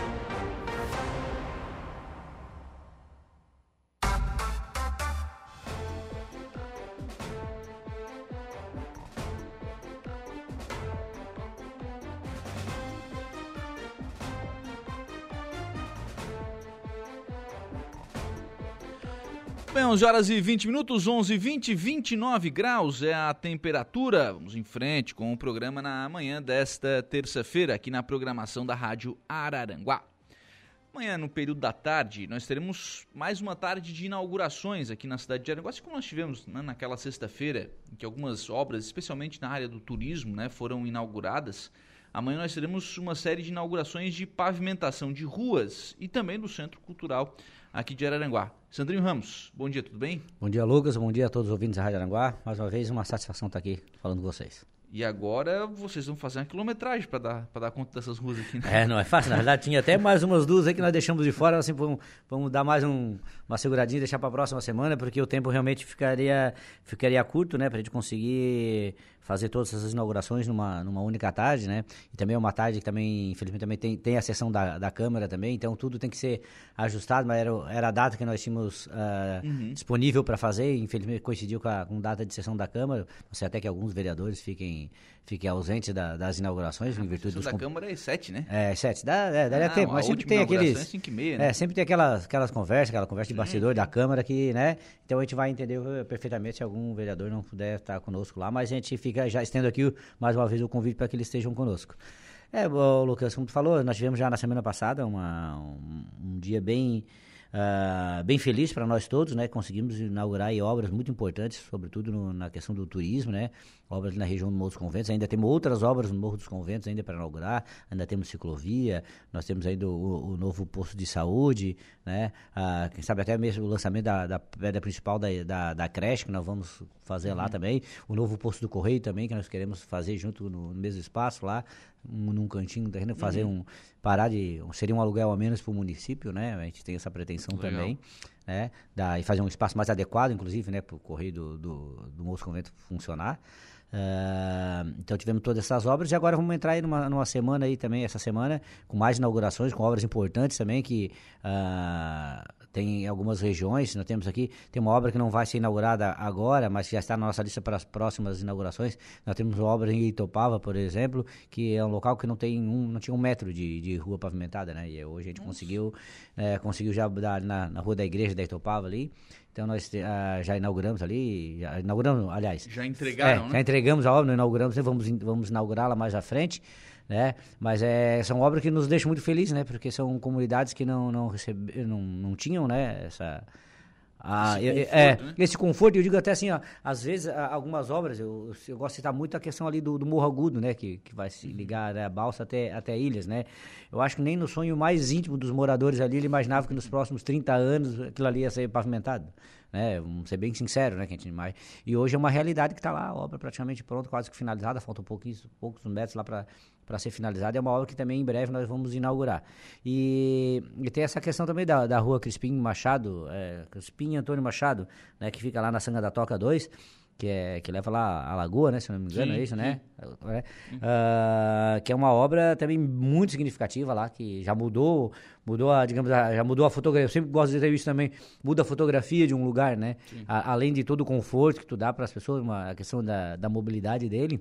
[SPEAKER 2] Bem, onze horas e vinte minutos, onze e vinte, vinte e nove graus é a temperatura. Vamos em frente com o programa na manhã desta terça-feira, aqui na programação da Rádio Araranguá. Amanhã, no período da tarde, nós teremos mais uma tarde de inaugurações aqui na cidade de Araranguá, assim como nós tivemos, né, naquela sexta-feira, em que algumas obras, especialmente na área do turismo, né, foram inauguradas. Amanhã nós teremos uma série de inaugurações de pavimentação de ruas e também do Centro Cultural aqui de Araranguá. Sandrinho Ramos, bom dia, tudo bem?
[SPEAKER 8] Bom dia, Lucas, bom dia a todos os ouvintes da Rádio Araranguá. Mais uma vez, uma satisfação estar aqui falando com vocês.
[SPEAKER 2] E agora vocês vão fazer uma quilometragem para dar, para dar conta dessas ruas aqui, né?
[SPEAKER 8] É, não é fácil, na verdade tinha até mais umas duas aí que nós deixamos de fora, assim, vamos, vamos dar mais um, uma seguradinha e deixar para a próxima semana, porque o tempo realmente ficaria, ficaria curto, né, para a gente conseguir fazer todas essas inaugurações numa, numa única tarde, né, e também é uma tarde que também, infelizmente, também tem, tem a sessão da, da Câmara também, então tudo tem que ser ajustado, mas era, era a data que nós tínhamos uh, uhum. disponível para fazer, infelizmente coincidiu com a com data de sessão da Câmara, não sei até que alguns vereadores fiquem, fiquem ausentes da, das inaugurações, ah, em virtude
[SPEAKER 2] dos... A sessão da Câmara é sete, né?
[SPEAKER 8] É, sete, dá, é, daria ah, tempo, mas sempre tem aqueles...
[SPEAKER 2] É cinco e meia, né?
[SPEAKER 8] É, sempre tem aquelas, aquelas conversas, aquela conversa de bastidor da Câmara que, né, então a gente vai entender perfeitamente se algum vereador não puder estar conosco lá, mas a gente fica, já estendo aqui mais uma vez o convite para que eles estejam conosco. É, o Lucas, como tu falou, nós tivemos já na semana passada uma, um, um dia bem uh, bem feliz para nós todos, né? Conseguimos inaugurar aí obras muito importantes, sobretudo no, na questão do turismo, né? Obras na região do Morro dos Conventos, ainda temos outras obras no Morro dos Conventos ainda para inaugurar, ainda temos ciclovia, nós temos ainda o, o novo posto de saúde, né? Ah, quem sabe até mesmo o lançamento da, da pedra principal da, da, da creche, que nós vamos fazer uhum. lá também, o novo posto do Correio também, que nós queremos fazer junto no, no mesmo espaço lá, um, num cantinho, fazer uhum. um, parar de, seria um aluguel a menos para o município, né? A gente tem essa pretensão Legal. também. Né, da, e fazer um espaço mais adequado, inclusive, né, para o Correio do, do, do Morro dos Conventos funcionar. Uh, então tivemos todas essas obras e agora vamos entrar aí numa, numa semana aí também, essa semana, com mais inaugurações, com obras importantes também, que uh, tem em algumas regiões, nós temos aqui, tem uma obra que não vai ser inaugurada agora, mas já está na nossa lista para as próximas inaugurações. Nós temos uma obra em Itopava, por exemplo, que é um local que não tem um, não tinha um metro de, de rua pavimentada, né, e hoje a gente Nossa. conseguiu, é, conseguiu já dar na, na rua da igreja da Itopava ali. Então nós uh, já inauguramos ali, já inauguramos, aliás.
[SPEAKER 2] Já entregaram,
[SPEAKER 8] é,
[SPEAKER 2] né?
[SPEAKER 8] Já entregamos a obra, não inauguramos, vamos, vamos inaugurá-la mais à frente, né? Mas é, são obras que nos deixam muito felizes, né? Porque são comunidades que não, não, recebe, não, não tinham, né? Essa... Ah, esse, conforto, é, né? esse conforto, eu digo até assim, ó, às vezes algumas obras, eu, eu gosto de citar muito a questão ali do, do Morro Agudo, né, que, que vai se ligar, né, a balsa até, até Ilhas, né, eu acho que nem no sonho mais íntimo dos moradores ali, ele imaginava que nos próximos trinta anos aquilo ali ia ser pavimentado, né, vamos ser bem sinceros, né, que a gente imagina. E hoje é uma realidade que está lá, a obra praticamente pronta, quase que finalizada, faltam poucos, poucos metros lá para para ser finalizada, é uma obra que também em breve nós vamos inaugurar. E, e tem essa questão também da, da rua Crispim Machado, é, Crispim Antônio Machado, né, que fica lá na Sanga da Toca dois, que, é, que leva lá a Lagoa, né, se não me engano, sim, é isso, sim. né? É, uh, que é uma obra também muito significativa lá, que já mudou, mudou a, digamos, a, já mudou a fotografia. Eu sempre gosto de dizer isso também, muda a fotografia de um lugar, né? A, além de todo o conforto que tu dá para as pessoas, uma, a questão da, da mobilidade dele.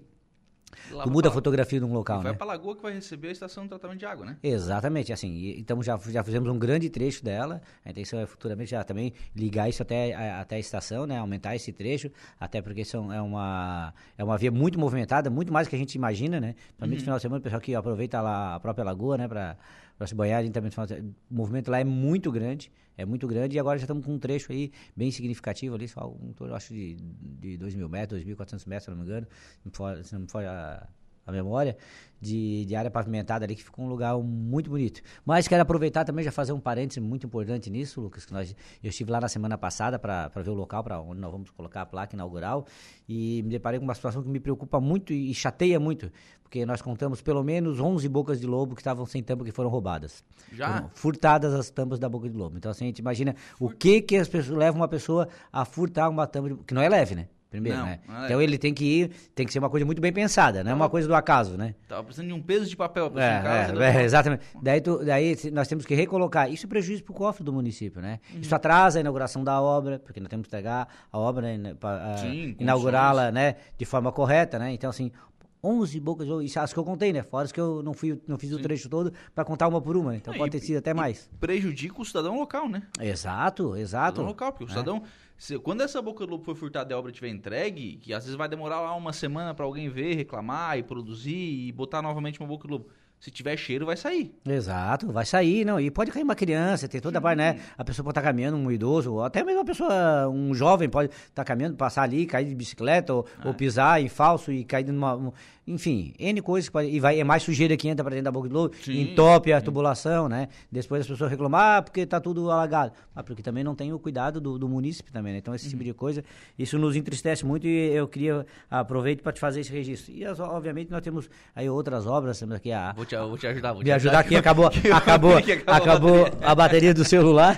[SPEAKER 8] Tu muda a fotografia de um local,
[SPEAKER 2] vai
[SPEAKER 8] né?
[SPEAKER 2] para a Lagoa que vai receber a estação de tratamento de água, né?
[SPEAKER 8] Exatamente, assim, e, então já, já fizemos um grande trecho dela, a intenção é futuramente já também ligar isso até a, até a estação, né? Aumentar esse trecho, até porque são, é, uma, é uma via muito movimentada, muito mais do que a gente imagina, né? Principalmente no uhum. final de semana, o pessoal que aproveita lá a própria Lagoa, né? Para se banhar, também, o movimento lá é muito grande, é muito grande, e agora já estamos com um trecho aí bem significativo ali, só um torno, acho, de, de dois mil metros, dois mil e quatrocentos metros, se não me engano, se não me for a, a memória, de, de área pavimentada ali, que ficou um lugar muito bonito. Mas quero aproveitar também, já fazer um parêntese muito importante nisso, Lucas, que nós, eu estive lá na semana passada para ver o local para onde nós vamos colocar a placa inaugural, e me deparei com uma situação que me preocupa muito e chateia muito, porque nós contamos pelo menos onze bocas de lobo que estavam sem tampa, que foram roubadas. Já? Foram furtadas as tampas da boca de lobo. Então, assim, a gente imagina Furt... o que que as pessoas levam uma pessoa a furtar uma tampa, de... que não é leve, né? Primeiro, não, né? É. Então ele tem que ir, tem que ser uma coisa muito bem pensada, não é uma coisa do acaso, né?
[SPEAKER 2] Tava precisando de um peso de papel para
[SPEAKER 8] é,
[SPEAKER 2] em casa.
[SPEAKER 8] É, é, exatamente. Daí, tu, daí nós temos que recolocar. Isso é prejuízo para o cofre do município, né? Uhum. Isso atrasa a inauguração da obra, porque nós temos que entregar a obra, né, para inaugurá-la, né, de forma correta, né? Então, assim, onze bocas, isso as que eu contei, né? Fora as que eu não, fui, não fiz Sim. o trecho todo para contar uma por uma, então é, pode ter sido até mais.
[SPEAKER 2] Prejudica o cidadão local, né?
[SPEAKER 8] Exato, exato.
[SPEAKER 2] O cidadão local, porque o cidadão... É. Se, quando essa boca do lobo for furtada e a obra estiver entregue, que às vezes vai demorar lá uma semana para alguém ver, reclamar e produzir e botar novamente uma boca do lobo. Se tiver cheiro, vai sair.
[SPEAKER 8] Exato, vai sair, não. E pode cair uma criança, tem toda a parte, né? A pessoa pode estar tá caminhando, um idoso, ou até mesmo uma pessoa, um jovem pode estar tá caminhando, passar ali, cair de bicicleta, ou, ah. ou pisar em falso e cair numa... Um, enfim, N coisas que pode... E vai, é mais sujeira que entra para dentro da boca do lobo, sim, entope a sim. tubulação, né? Depois as pessoas reclamam, ah, porque tá tudo alagado. Ah, porque também não tem o cuidado do, do munícipe também, né? Então esse uhum. tipo de coisa, isso nos entristece muito e eu queria, aproveito para te fazer esse registro. E as, obviamente nós temos aí outras obras, temos aqui a...
[SPEAKER 2] Vou te, vou te ajudar, vou te
[SPEAKER 8] Me ajudar,
[SPEAKER 2] ajudar
[SPEAKER 8] aqui, acabou, acabou, acabou a bateria do celular.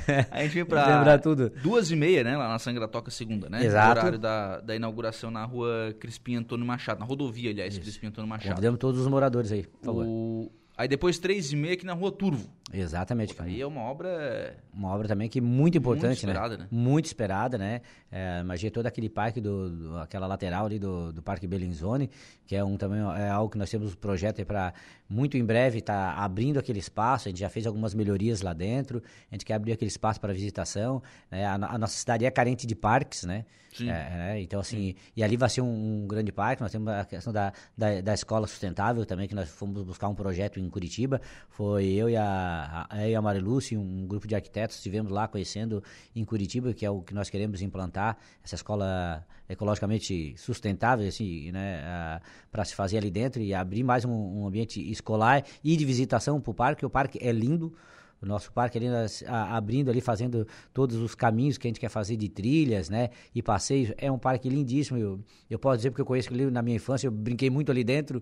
[SPEAKER 2] A gente veio pra tudo. duas e meia, né, lá na Sanga da Toca segunda, né?
[SPEAKER 8] Exato.
[SPEAKER 2] O horário da, da inauguração na rua Crispim Antônio Machado, na rodovia, aliás, Isso. Crispim Antônio Machado.
[SPEAKER 8] Convidamos todos os moradores aí, por favor.
[SPEAKER 2] O... Aí depois três e meia aqui na rua Turvo.
[SPEAKER 8] Exatamente.
[SPEAKER 2] Pô, aí é uma obra...
[SPEAKER 8] Uma obra também que é muito importante,
[SPEAKER 2] muito esperada,
[SPEAKER 8] né?
[SPEAKER 2] né?
[SPEAKER 8] Muito esperada, né? É, imagina todo aquele parque, do, do, aquela lateral ali do, do Parque Bellinzone, que é um também é algo que nós temos um projeto para muito em breve estar tá abrindo aquele espaço. A gente já fez algumas melhorias lá dentro, a gente quer abrir aquele espaço para visitação, né? a, a nossa cidade é carente de parques, né? Sim. É, é, então, assim, Sim. e ali vai ser um, um grande parque. Nós temos a questão da, da, da escola sustentável também, que nós fomos buscar um projeto em em Curitiba. Foi eu e a, a, eu e a Marilúcia, um grupo de arquitetos, estivemos lá conhecendo em Curitiba, que é o que nós queremos implantar, essa escola ecologicamente sustentável, assim, né, para se fazer ali dentro e abrir mais um, um ambiente escolar e de visitação para o parque. O parque é lindo. O nosso parque ali, nós, a, abrindo ali, fazendo todos os caminhos que a gente quer fazer de trilhas, né, e passeios. É um parque lindíssimo. Eu, eu posso dizer porque eu conheço ele na minha infância, eu brinquei muito ali dentro.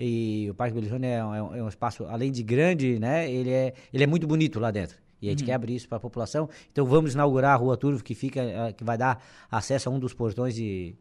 [SPEAKER 8] E o Parque Belizone é, é, é um espaço, além de grande, né, ele é, ele é muito bonito lá dentro. E a gente uhum. quer abrir isso para a população. Então vamos inaugurar a Rua Turvo, que, fica, que vai dar acesso a um dos portões de...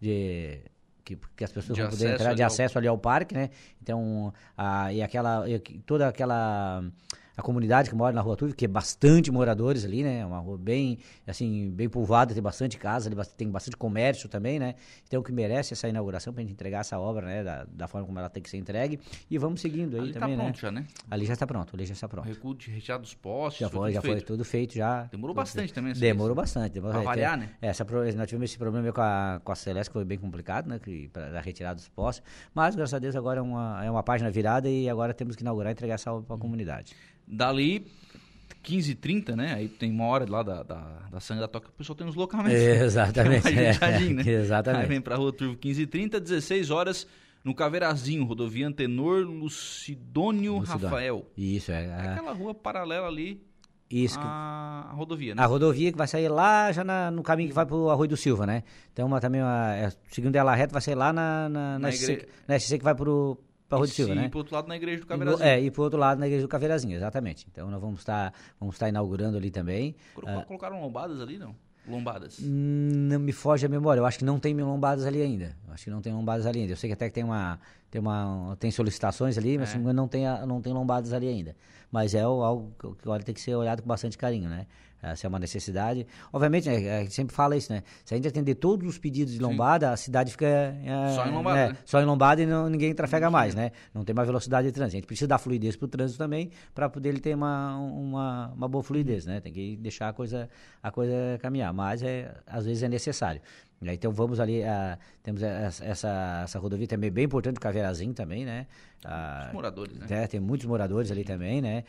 [SPEAKER 8] de Que, que as pessoas
[SPEAKER 2] de
[SPEAKER 8] vão poder entrar de acesso ao... ali ao parque, né? Então, a, e aquela, e toda aquela, a comunidade que mora na Rua Turvo, que é bastante moradores ali, né? Uma rua bem, assim, bem povoada, tem bastante casa, tem bastante comércio também, né? Então, o que merece essa inauguração pra gente entregar essa obra, né? Da, da forma como ela tem que ser entregue. E vamos seguindo aí
[SPEAKER 2] ali
[SPEAKER 8] também,
[SPEAKER 2] tá pronto
[SPEAKER 8] né?
[SPEAKER 2] já, né?
[SPEAKER 8] Ali já está pronto, ali já está pronto.
[SPEAKER 2] O recuo de recheado dos postes,
[SPEAKER 8] já foi, já foi tudo feito já.
[SPEAKER 2] Demorou bastante também.
[SPEAKER 8] Demorou bastante. Demorou
[SPEAKER 2] pra avaliar, né?
[SPEAKER 8] Essa, nós tivemos esse problema com a, com a Celeste, que foi bem complicado, né? Que, pra retirar dos postes. Mas, graças a Deus, agora é uma, é uma página virada e agora temos que inaugurar e entregar essa obra para a comunidade.
[SPEAKER 2] Dali, quinze e trinta, né? Aí tem uma hora lá da, da, da Sangue da Toca, o pessoal tem uns locamentos.
[SPEAKER 8] Exatamente.
[SPEAKER 2] É, é, né?
[SPEAKER 8] Exatamente.
[SPEAKER 2] Aí vem pra Rua Turvo quinze e trinta, dezesseis horas no Caveirazinho, rodovia Antenor Lucidônio, Lucidônio. Rafael.
[SPEAKER 8] Isso, é.
[SPEAKER 2] É aquela rua paralela ali.
[SPEAKER 8] Isso.
[SPEAKER 2] A, a rodovia, né?
[SPEAKER 8] A rodovia que vai sair lá já na, no caminho que vai pro Arroio do Silva, né? Então, uma, também, uma, é, seguindo ela reta, vai sair lá na, na, na, na, S C, igre... na S C que vai pro, pro Arroio do Silva, né?
[SPEAKER 2] E pro outro lado na Igreja do Caveirazinho.
[SPEAKER 8] É, e pro outro lado na Igreja do Caveirazinho, exatamente. Então, nós vamos estar vamos estar inaugurando ali também.
[SPEAKER 2] Colocaram, uh, colocaram lombadas ali, não? Lombadas?
[SPEAKER 8] Não me foge a memória. Eu acho que não tem lombadas ali ainda. Eu acho que não tem lombadas ali ainda. Eu sei que até que tem uma... Tem, uma, tem solicitações ali, mas é. não, tem a, não tem lombadas ali ainda. Mas é algo que olha, tem que ser olhado com bastante carinho, né? Essa é uma necessidade. Obviamente, né, a gente sempre fala isso, né? Se a gente atender todos os pedidos de lombada, Sim. a cidade fica... É,
[SPEAKER 2] só em lombada,
[SPEAKER 8] né?
[SPEAKER 2] né?
[SPEAKER 8] Só em lombada e não, ninguém trafega mais, né? Não tem mais velocidade de trânsito. A gente precisa dar fluidez para o trânsito também, para poder ele ter uma, uma, uma boa fluidez, né? Tem que deixar a coisa, a coisa caminhar. Mas, é, às vezes, é necessário. Então vamos ali, uh, temos essa, essa, essa rodovia também bem importante, o Caveirazinho também, né? Uh,
[SPEAKER 2] Os moradores, né?
[SPEAKER 8] É, tem muitos moradores ali também, né?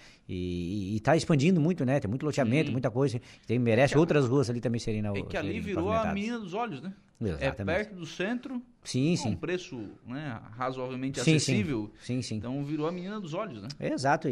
[SPEAKER 8] E está expandindo muito, né? Tem muito loteamento, Sim. muita coisa. Tem, merece é outras ruas ali também serem na
[SPEAKER 2] É que ali virou a menina dos olhos, né?
[SPEAKER 8] Exatamente.
[SPEAKER 2] É perto do centro,
[SPEAKER 8] sim,
[SPEAKER 2] com
[SPEAKER 8] sim.
[SPEAKER 2] um preço, né, razoavelmente
[SPEAKER 8] sim,
[SPEAKER 2] acessível.
[SPEAKER 8] Sim, sim.
[SPEAKER 2] Então virou a menina dos olhos, né?
[SPEAKER 8] Exato,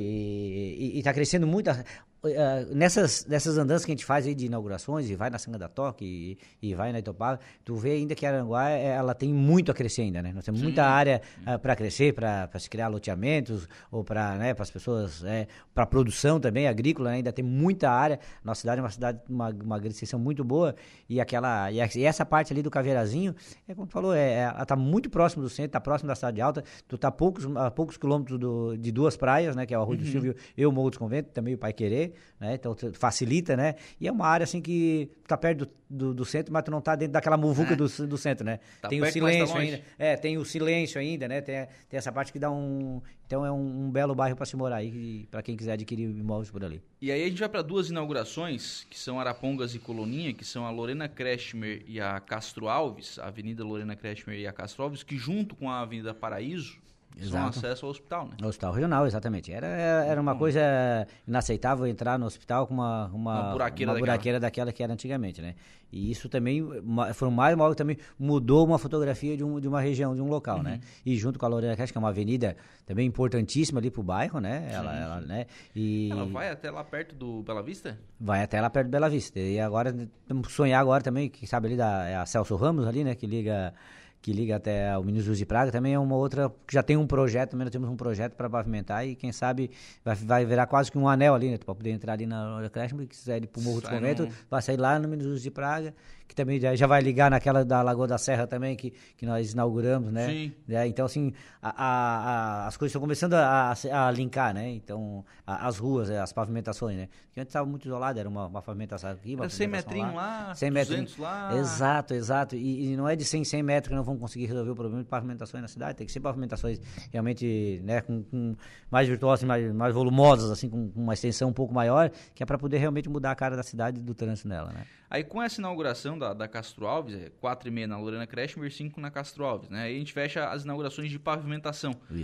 [SPEAKER 8] e está crescendo muito. Uh, nessas, nessas andanças que a gente faz aí de inaugurações, e vai na Sanga da Toca e, e vai na Itopava, tu vê ainda que Araranguá, ela tem muito a crescer ainda, né? Nós temos Sim. muita área uh, para crescer, para se criar loteamentos, ou para né, as pessoas, é, para produção também, agrícola, né? Ainda tem muita área. Nossa cidade é uma cidade, uma, uma extensão muito boa, e, aquela, e, a, e essa parte ali do Caveirazinho, é como tu falou, é, ela está muito próximo do centro, está próximo da cidade alta, tu está a poucos, a poucos quilômetros do, de duas praias, né? Que é o Arroio uhum. do Silvio e o Morro dos Conventos, também o Pai Querer, né? Então facilita, né? E é uma área assim que tá perto do, do, do centro, mas tu não tá dentro daquela muvuca é. do, do centro, né?
[SPEAKER 2] Tá
[SPEAKER 8] tem
[SPEAKER 2] perto,
[SPEAKER 8] o silêncio
[SPEAKER 2] tá
[SPEAKER 8] ainda. É, tem o silêncio ainda, né? Tem, tem essa parte que dá um... Então é um, um belo bairro para se morar aí, para quem quiser adquirir imóveis por ali.
[SPEAKER 2] E aí a gente vai para duas inaugurações, que são Arapongas e Coloninha, que são a Lorena Kretschmer e a Castro Alves, a Avenida Lorena Kretschmer e a Castro Alves, que junto com a Avenida Paraíso, são acesso ao hospital, né?
[SPEAKER 8] Ao hospital regional, exatamente. Era, era uma coisa inaceitável entrar no hospital com uma, uma,
[SPEAKER 2] uma buraqueira,
[SPEAKER 8] uma buraqueira daquela. daquela que era antigamente, né? E isso também, foi mais algo que também mudou uma fotografia de, um, de uma região, de um local, uhum. né? E junto com a Lorena Kretschmer, que é uma avenida também importantíssima ali pro bairro, né? Ela, sim, ela, sim. Né? E
[SPEAKER 2] ela vai até lá perto do Bela Vista?
[SPEAKER 8] Vai até lá perto do Bela Vista. E agora, temos que sonhar agora também, quem sabe ali, da, é a Celso Ramos ali, né? Que liga... que liga até o Ministro de Praga, também é uma outra, que já tem um projeto, também nós temos um projeto para pavimentar e quem sabe vai, vai virar quase que um anel ali, né, para poder entrar ali na Lorena Kretschmer, e quiser ir pro Morro do Convento, no... vai sair lá no Ministro de Praga, que também já, já vai ligar naquela da Lagoa da Serra também, que, que nós inauguramos, né?
[SPEAKER 2] Sim.
[SPEAKER 8] É, então, assim, a, a, a, as coisas estão começando a, a, a linkar, né? Então, a, as ruas, as pavimentações, né? Porque antes estava muito isolado, era uma, uma pavimentação aqui, uma
[SPEAKER 2] era cem
[SPEAKER 8] pavimentação
[SPEAKER 2] metrinhos lá,
[SPEAKER 8] lá, cem
[SPEAKER 2] duzentos lá.
[SPEAKER 8] Exato, exato. E, e não é de cem, cem metros que não vão conseguir resolver o problema de pavimentações na cidade, tem que ser pavimentações realmente, né, com, com mais virtuosas, mais, mais volumosas, assim, com, com uma extensão um pouco maior, que é para poder realmente mudar a cara da cidade e do trânsito nela, né?
[SPEAKER 2] Aí com essa inauguração da, da Castro Alves, é quatro e meia na Lorena Kretschmer, cinco na Castro Alves, né? Aí a gente fecha as inaugurações de pavimentação.
[SPEAKER 8] Isso.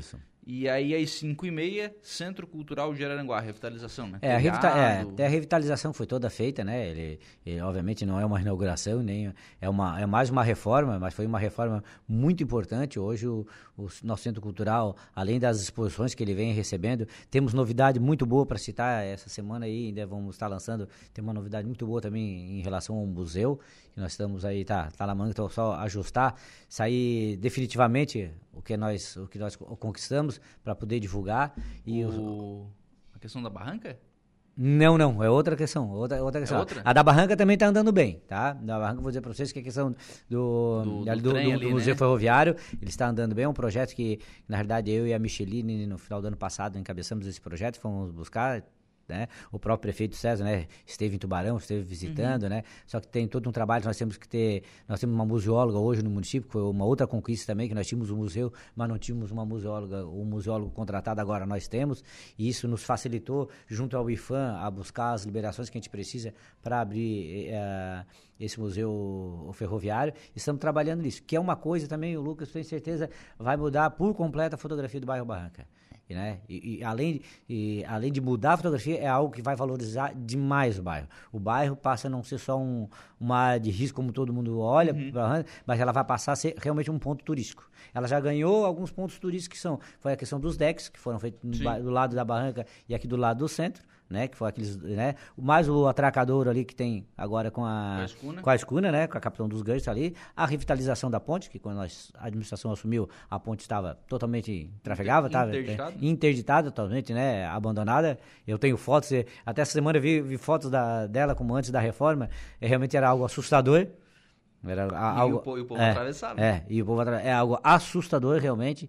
[SPEAKER 2] E aí, às cinco e meia, Centro Cultural de Araranguá, revitalização, né?
[SPEAKER 8] É a, revita é, a revitalização foi toda feita, né? Ele, ele, obviamente, não é uma inauguração, nem é, uma, é mais uma reforma, mas foi uma reforma muito importante. Hoje, o, o nosso Centro Cultural, além das exposições que ele vem recebendo, temos novidade muito boa para citar essa semana aí, ainda vamos estar lançando, tem uma novidade muito boa também em relação ao museu, que nós estamos aí, tá, tá na manga, então só ajustar, sair definitivamente o que nós, o que nós conquistamos para poder divulgar. E
[SPEAKER 2] o...
[SPEAKER 8] os...
[SPEAKER 2] A questão da barranca?
[SPEAKER 8] Não, não, é outra questão, outra, outra questão.
[SPEAKER 2] É outra?
[SPEAKER 8] A da barranca também está andando bem, tá? Da barranca, vou dizer para vocês que a questão do,
[SPEAKER 2] do, do,
[SPEAKER 8] do, do,
[SPEAKER 2] ali,
[SPEAKER 8] do Museu
[SPEAKER 2] né?
[SPEAKER 8] Ferroviário, ele está andando bem, é um projeto que, na verdade, eu e a Micheline, no final do ano passado, encabeçamos esse projeto, fomos buscar, né? O próprio prefeito César, né, esteve em Tubarão, esteve visitando, uhum. né? Só que tem todo um trabalho, nós temos que ter, nós temos uma museóloga hoje no município, que foi uma outra conquista também, que nós tínhamos um museu, mas não tínhamos uma museóloga, um museólogo contratado, agora nós temos, e isso nos facilitou, junto ao IFAM, a buscar as liberações que a gente precisa para abrir uh, esse museu ferroviário. Estamos trabalhando nisso, que é uma coisa também, o Lucas, tenho certeza, vai mudar por completo a fotografia do bairro Barranca. E, né? e, e, além, e além de mudar a fotografia, é algo que vai valorizar demais o bairro. O bairro passa a não ser só um, uma área de risco, como todo mundo olha, uhum. mas ela vai passar a ser realmente um ponto turístico. Ela já ganhou alguns pontos turísticos que são, foi a questão dos decks, que foram feitos no, do lado da Barranca e aqui do lado do centro, né, que foi aqueles, né, mais o atracadouro ali que tem agora com a,
[SPEAKER 2] com a escuna,
[SPEAKER 8] com a, escuna, né, com a Capitão dos Ganchos ali, a revitalização da ponte, que quando nós, a administração assumiu, a ponte estava totalmente trafegava, estava interditada, interditada totalmente, né, abandonada. Eu tenho fotos, até essa semana eu vi, vi fotos da, dela como antes da reforma, e realmente era algo assustador. Era
[SPEAKER 2] e,
[SPEAKER 8] algo,
[SPEAKER 2] o, po, e o povo
[SPEAKER 8] é,
[SPEAKER 2] atravessava.
[SPEAKER 8] É, e o povo atravessava. É algo assustador realmente,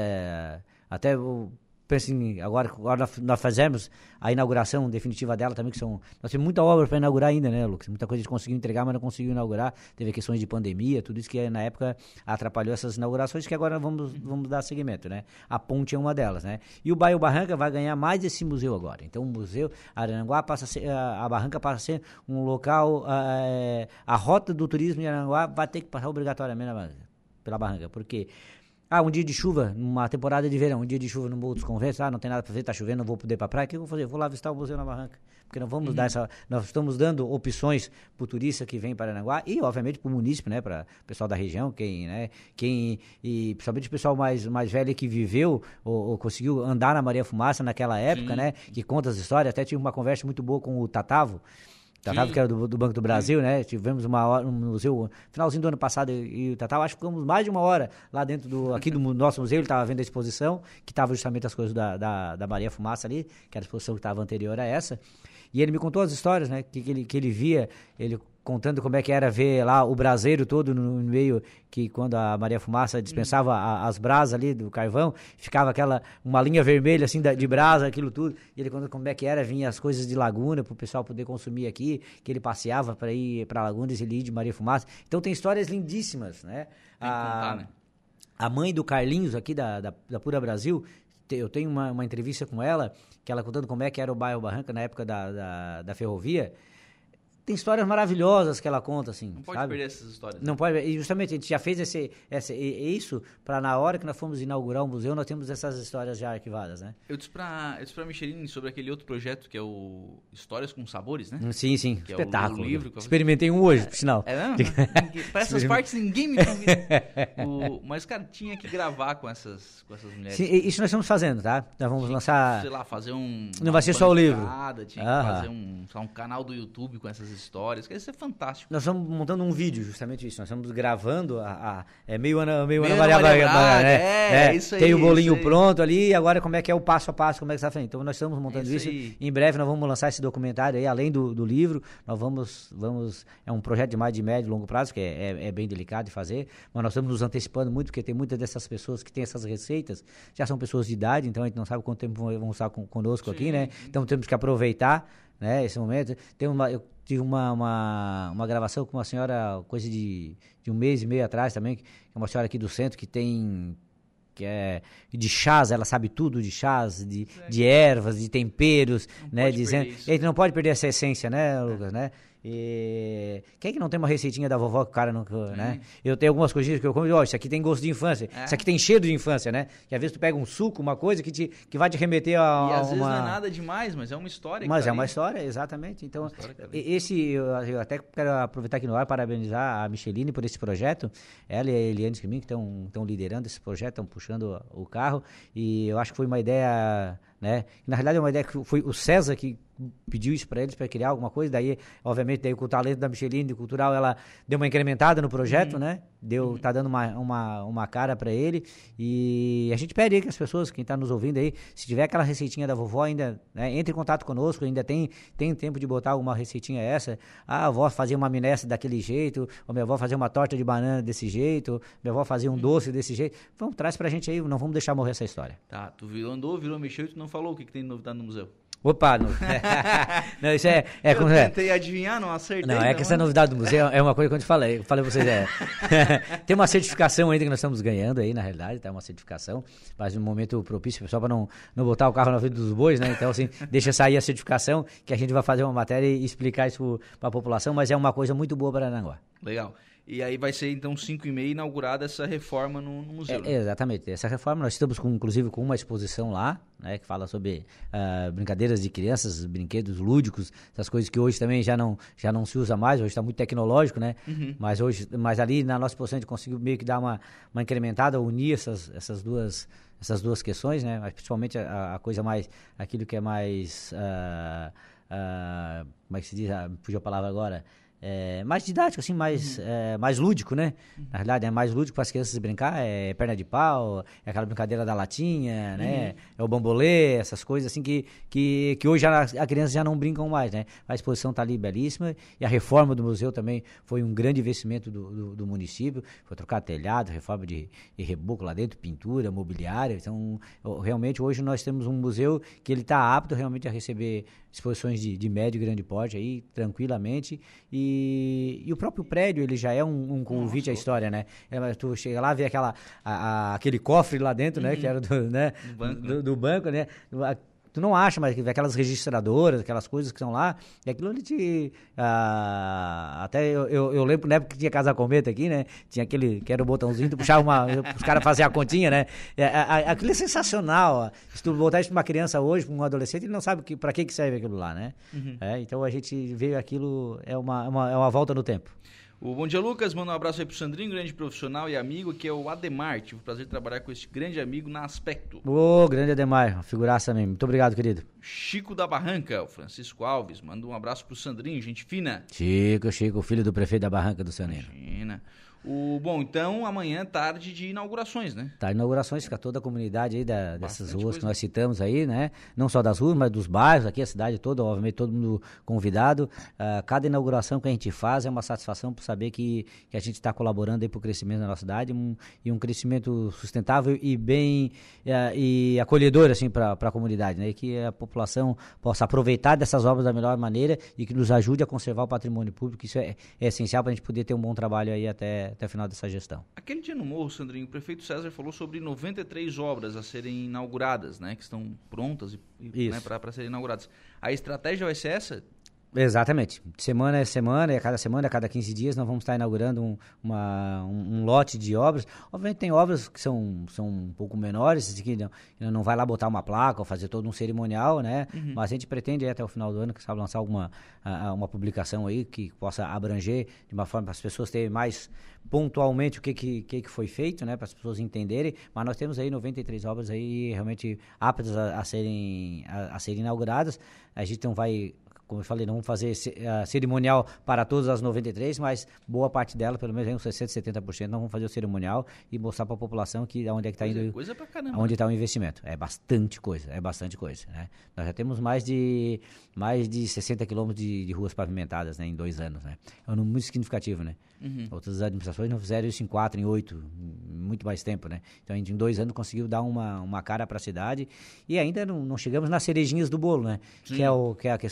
[SPEAKER 8] é, até o penso em, agora, agora nós fazemos a inauguração definitiva dela também, que são, nós temos muita obra para inaugurar ainda, né, Lucas? Muita coisa a gente conseguiu entregar, mas não conseguiu inaugurar, teve questões de pandemia, tudo isso que na época atrapalhou essas inaugurações, que agora vamos, vamos dar seguimento, né? A ponte é uma delas, né? E o bairro Barranca vai ganhar mais esse museu agora, então o museu Araranguá passa a ser, a, a Barranca passa a ser um local, a, a rota do turismo em Araranguá vai ter que passar obrigatoriamente pela Barranca, porque ah, um dia de chuva, numa temporada de verão, um dia de chuva no Morro dos Conventos, ah, não tem nada para fazer, tá chovendo, não vou poder ir pra praia, o que eu vou fazer? Eu vou lá visitar o Museu na Barranca, porque não vamos uhum. dar essa, nós estamos dando opções pro turista que vem para Araranguá e, obviamente, pro munícipe, né, para o pessoal da região, quem, né, quem, e principalmente o pessoal mais, mais velho que viveu ou, ou conseguiu andar na Maria Fumaça naquela época, Sim. né, que conta as histórias, até tive uma conversa muito boa com o Tatavo, Tatavo, que era do, do Banco do Brasil, Sim. né? Tivemos uma hora no museu, finalzinho do ano passado, e o Tatavo, acho que ficamos mais de uma hora lá dentro do, aqui do nosso museu, ele estava vendo a exposição, que estava justamente as coisas da, da, da Maria Fumaça ali, que era a exposição que estava anterior a essa, e ele me contou as histórias, né? Que, que, ele, que ele via, ele contando como é que era ver lá o braseiro todo no, no meio, que quando a Maria Fumaça dispensava a, as brasas ali do carvão, ficava aquela, uma linha vermelha assim da, de brasa, aquilo tudo, e ele contou como é que era, vinha as coisas de Laguna para o pessoal poder consumir aqui, que ele passeava para ir para Laguna, ele ia de Maria Fumaça. Então tem histórias lindíssimas, né?
[SPEAKER 2] Tem que contar, né?
[SPEAKER 8] A mãe do Carlinhos aqui da, da, da Pura Brasil, eu tenho uma, uma entrevista com ela, que ela contando como é que era o bairro Barranca na época da, da, da ferrovia. Tem histórias maravilhosas que ela conta, assim.
[SPEAKER 2] Não pode
[SPEAKER 8] sabe?
[SPEAKER 2] perder essas histórias.
[SPEAKER 8] Não né? pode. E justamente a gente já fez esse, esse, isso para na hora que nós fomos inaugurar o museu, nós temos essas histórias já arquivadas, né?
[SPEAKER 2] Eu disse pra, eu disse pra Micheline sobre aquele outro projeto que é o Histórias com Sabores, né?
[SPEAKER 8] Sim, sim.
[SPEAKER 2] Que
[SPEAKER 8] espetáculo.
[SPEAKER 2] É o, o livro que eu
[SPEAKER 8] Experimentei um hoje, por sinal.
[SPEAKER 2] É mesmo? Para essas partes ninguém me convida. o, mas, cara, tinha que gravar com essas, com essas mulheres.
[SPEAKER 8] Sim, isso nós estamos fazendo, tá? Nós vamos
[SPEAKER 2] tinha
[SPEAKER 8] lançar...
[SPEAKER 2] Que, sei lá, fazer um...
[SPEAKER 8] Não vai ser só o livro.
[SPEAKER 2] Tinha que fazer um, um canal do YouTube com essas histórias. Que isso é fantástico.
[SPEAKER 8] Nós estamos montando um vídeo, justamente isso. Nós estamos gravando a, a é meio Ana, meio
[SPEAKER 2] meio
[SPEAKER 8] Ana Maria,
[SPEAKER 2] Maria Braga,
[SPEAKER 8] Braga, né?
[SPEAKER 2] É, é, isso aí.
[SPEAKER 8] Tem o bolinho
[SPEAKER 2] aí.
[SPEAKER 8] pronto ali, agora como é que é o passo a passo, como é que está frente. Então nós estamos montando
[SPEAKER 2] isso.
[SPEAKER 8] isso. Em breve nós vamos lançar esse documentário aí, além do, do livro. Nós vamos, vamos. É um projeto de mais de médio e longo prazo, que é, é, é bem delicado de fazer, mas nós estamos nos antecipando muito, porque tem muitas dessas pessoas que têm essas receitas, já são pessoas de idade, então a gente não sabe quanto tempo vão estar com, conosco Sim. aqui, né? Então temos que aproveitar, né, esse momento. Tem uma. Eu, tive uma, uma, uma gravação com uma senhora, coisa de, de um mês e meio atrás também, que é uma senhora aqui do centro que tem, que é de chás, ela sabe tudo de chás, de, de ervas, de temperos, não né, dizendo, a gente não pode perder essa essência, né, Lucas, é. né? E quem é que não tem uma receitinha da vovó que o cara não, né? Eu tenho algumas coisinhas que eu como e, ó, isso aqui tem gosto de infância, é. isso aqui tem cheiro de infância, né? Que às vezes tu pega um suco, uma coisa que, te, que vai te remeter a,
[SPEAKER 2] e
[SPEAKER 8] a uma...
[SPEAKER 2] às vezes não é nada demais, mas é uma história.
[SPEAKER 8] Mas
[SPEAKER 2] tá
[SPEAKER 8] é uma
[SPEAKER 2] ali.
[SPEAKER 8] história, exatamente. Então,
[SPEAKER 2] história
[SPEAKER 8] esse, eu, eu até quero aproveitar aqui no ar, parabenizar a Micheline por esse projeto. Ela e a Eliane Escrimin, que estão liderando esse projeto, estão puxando o carro, e eu acho que foi uma ideia, né? Na realidade é uma ideia que foi o César que pediu isso para eles, para criar alguma coisa, daí, obviamente, daí com o talento da Micheline de cultural, ela deu uma incrementada no projeto, uhum. né? Deu, uhum. tá dando uma, uma, uma cara para ele, e a gente pede aí que as pessoas, quem tá nos ouvindo aí, se tiver aquela receitinha da vovó ainda, né, entre em contato conosco, ainda tem, tem tempo de botar alguma receitinha essa, ah, a avó fazia uma minestra daquele jeito, ou minha avó fazia uma torta de banana desse jeito, minha avó fazia um uhum. doce desse jeito, vamos, traz pra gente aí, não vamos deixar morrer essa história.
[SPEAKER 2] Tá, tu virou, andou, virou, mexeu e tu não falou o que, que tem de novidade no museu.
[SPEAKER 8] Opa, não, não isso é... é
[SPEAKER 2] eu
[SPEAKER 8] como,
[SPEAKER 2] tentei é. adivinhar, não acertei.
[SPEAKER 8] Não, é que essa novidade do museu é uma coisa que eu te falei. Eu falei pra vocês, é... tem uma certificação ainda que nós estamos ganhando aí, na realidade, tá uma certificação, mas um momento propício, só para não, não botar o carro na frente dos bois, né? Então, assim, deixa sair a certificação, que a gente vai fazer uma matéria e explicar isso para a população, mas é uma coisa muito boa para Arananguá.
[SPEAKER 2] Legal. E aí vai ser, então, cinco e meia inaugurada essa reforma no, no museu. É,
[SPEAKER 8] né? Exatamente. Essa reforma, nós estamos, com, inclusive, com uma exposição lá, né, que fala sobre uh, brincadeiras de crianças, brinquedos lúdicos, essas coisas que hoje também já não, já não se usa mais, hoje está muito tecnológico, né? Uhum. Mas, hoje, mas ali, na nossa exposição, a gente conseguiu meio que dar uma, uma incrementada, unir essas, essas duas... essas duas questões, né? Mas principalmente a, a coisa mais, aquilo que é mais, uh, uh, como é que se diz, ah, fugiu a palavra agora, é, mais didático, assim, mais, uhum. é, mais lúdico, né? Uhum. Na realidade, é mais lúdico para as crianças brincar, é perna de pau, é aquela brincadeira da latinha, uhum. né? É o bambolê, essas coisas assim que, que, que hoje a, a criança já não brincam mais, né? A exposição está ali belíssima e a reforma do museu também foi um grande investimento do, do, do município, foi trocar telhado, reforma de, de reboco lá dentro, pintura, mobiliário, então realmente hoje nós temos um museu que ele está apto realmente a receber exposições de, de médio e grande porte aí, tranquilamente, e, e o próprio prédio, ele já é um, um convite Nossa. à história, né? É, tu chega lá, vê aquela, a, a, aquele cofre lá dentro, uhum. né? Que era do, né? do, banco, do, do banco, né? Tu não acha, mas aquelas registradoras, aquelas coisas que estão lá, e aquilo ali te... Ah, até eu, eu, eu lembro na época que tinha Casa Cometa aqui, né? Tinha aquele, que era o botãozinho, tu puxava uma... os caras faziam a continha, né? É, a, a, aquilo é sensacional, ó. Se tu botar isso pra uma criança hoje, pra um adolescente, ele não sabe que, pra que que serve aquilo lá, né? Uhum. É, então a gente vê aquilo, é uma, uma, é uma volta no tempo.
[SPEAKER 2] O Bom Dia Lucas, manda um abraço aí pro Sandrinho, grande profissional e amigo, que é o Ademar. Tive o prazer de trabalhar com esse grande amigo na Aspecto.
[SPEAKER 8] Ô, oh, grande Ademar, uma figuraça mesmo. Muito obrigado, querido.
[SPEAKER 2] Chico da Barranca, o Francisco Alves, manda um abraço pro Sandrinho, gente fina.
[SPEAKER 8] Chico, Chico, filho do prefeito da Barranca do Saneno.
[SPEAKER 2] Imagina. O, bom, então, amanhã tarde de inaugurações, né?
[SPEAKER 8] Tá, inaugurações, fica toda a comunidade aí da, dessas Bastante ruas coisa. que nós citamos aí, né? Não só das ruas, mas dos bairros, aqui a cidade toda, obviamente todo mundo convidado. Uh, cada inauguração que a gente faz é uma satisfação por saber que, que a gente está colaborando aí para o crescimento da nossa cidade um, e um crescimento sustentável e bem uh, e acolhedor, assim, para a comunidade, né? E que a população possa aproveitar dessas obras da melhor maneira e que nos ajude a conservar o patrimônio público. Isso é, é essencial para a gente poder ter um bom trabalho aí até até o final dessa gestão.
[SPEAKER 2] Aquele dia no Morro, Sandrinho, o prefeito César falou sobre noventa e três obras a serem inauguradas, né, que estão prontas e, né, para serem inauguradas. A estratégia vai ser essa?
[SPEAKER 8] Exatamente. Semana é semana, e a cada semana, a cada quinze dias, nós vamos estar inaugurando um, uma, um, um lote de obras. Obviamente tem obras que são, são um pouco menores, que não, não vai lá botar uma placa ou fazer todo um cerimonial, né? Uhum. Mas a gente pretende até o final do ano, que sabe, lançar alguma a, uma publicação aí que possa abranger de uma forma para as pessoas terem mais pontualmente o que, que, que, que foi feito, né? Para as pessoas entenderem. Mas nós temos aí noventa e três obras aí realmente aptas a, a, serem, a, a serem inauguradas. A gente não vai... Como eu falei, não vamos fazer uh, cerimonial para todas as noventa e três, mas boa parte dela, pelo menos uns sessenta, setenta por cento, nós vamos fazer o cerimonial e mostrar para a população que onde é que está indo,
[SPEAKER 2] coisa pra caramba.
[SPEAKER 8] onde está o investimento. É bastante coisa, é bastante coisa, né? Nós já temos mais de mais de sessenta quilômetros de, de ruas pavimentadas, né, em dois anos, né? É um número muito significativo, né? Uhum. Outras administrações não fizeram isso em quatro, em oito, muito mais tempo, né? Então a gente em dois anos conseguiu dar uma, uma cara para a cidade e ainda não, não chegamos nas cerejinhas do bolo, né? Que é, o, que é a questão... O,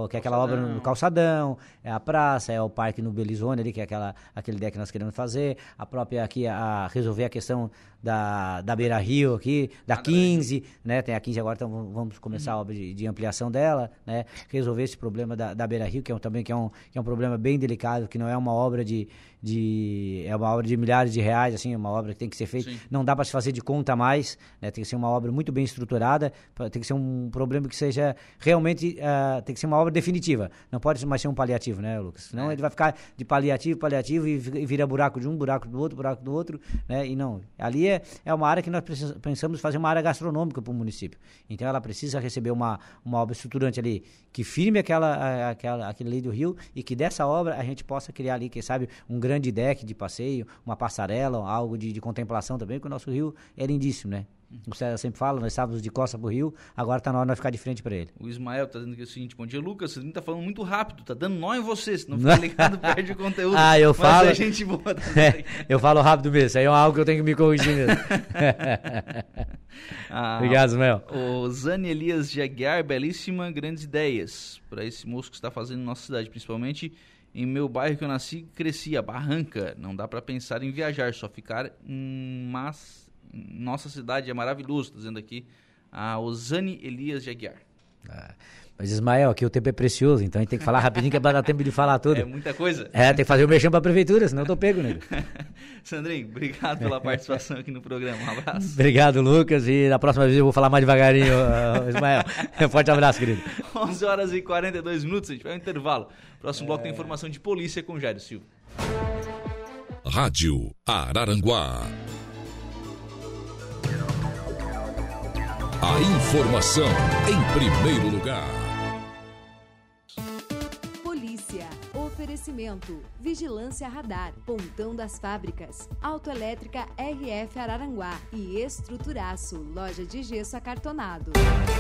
[SPEAKER 8] o, que é aquela obra no calçadão, é a praça, é o parque no Belizone ali, que é aquela, aquele deck que nós queremos fazer, a própria aqui, a, resolver a questão da, da Beira Rio aqui, da quinze, né, tem a quinze agora, então vamos começar uhum. a obra de, de ampliação dela, né, resolver esse problema da, da Beira Rio, que é um, também que é um, que é um problema bem delicado, que não é uma obra de, de, é uma obra de milhares de reais, assim, é uma obra que tem que ser feita, Sim. não dá para se fazer de conta mais, né, tem que ser uma obra muito bem estruturada, tem que ser um problema que seja realmente, uh, tem que ser uma obra definitiva, não pode mais ser um paliativo, né, Lucas? Senão é. ele vai ficar de paliativo, paliativo e, e vira buraco de um, buraco do outro, buraco do outro, né, e não, ali é, é uma área que nós pensamos fazer uma área gastronômica para o município, então ela precisa receber uma, uma obra estruturante ali, que firme aquela, aquela, aquele lei do rio e que dessa obra a gente possa criar ali, quem sabe, um grande deck de passeio, uma passarela, algo de, de contemplação também, porque o nosso rio é lindíssimo, né? O César sempre fala, nós estávamos de costa pro rio, agora tá na hora de nós ficar de frente para ele.
[SPEAKER 2] O Ismael tá dizendo aqui o seguinte: bom dia, Lucas, você tá falando muito rápido, tá dando nó em você, se não ficar ligado, perde o conteúdo.
[SPEAKER 8] Ah, eu falo.
[SPEAKER 2] Mas é gente boa.
[SPEAKER 8] É, eu falo rápido mesmo, isso aí é algo que eu tenho que me corrigir mesmo.
[SPEAKER 2] ah,
[SPEAKER 8] Obrigado, Ismael.
[SPEAKER 2] O Zani Elias de Aguiar, belíssima, grandes ideias para esse moço que está fazendo em nossa cidade, principalmente em meu bairro que eu nasci e cresci, a Barranca. Não dá para pensar em viajar, só ficar em mas nossa cidade é maravilhoso, tá dizendo aqui a Osane Elias de Aguiar.
[SPEAKER 8] Ah, mas Ismael, aqui o tempo é precioso, então a gente tem que falar rapidinho que é para dar tempo de falar tudo.
[SPEAKER 2] É muita coisa.
[SPEAKER 8] É, tem que fazer o mexão para a prefeitura, senão eu tô pego, nego.
[SPEAKER 2] Sandrinho, obrigado pela participação aqui no programa, um abraço.
[SPEAKER 8] Obrigado, Lucas, e na próxima vez eu vou falar mais devagarinho, uh, Ismael. Forte abraço, querido.
[SPEAKER 2] onze horas e quarenta e dois minutos, a gente vai ao intervalo. Próximo é... bloco tem informação de polícia com Jairo Silva.
[SPEAKER 1] Rádio Araranguá. A informação em primeiro lugar.
[SPEAKER 9] Polícia. Oferecimento. Vigilância Radar. Pontão das Fábricas. Autoelétrica R F Araranguá. E Estruturaço. Loja de gesso acartonado.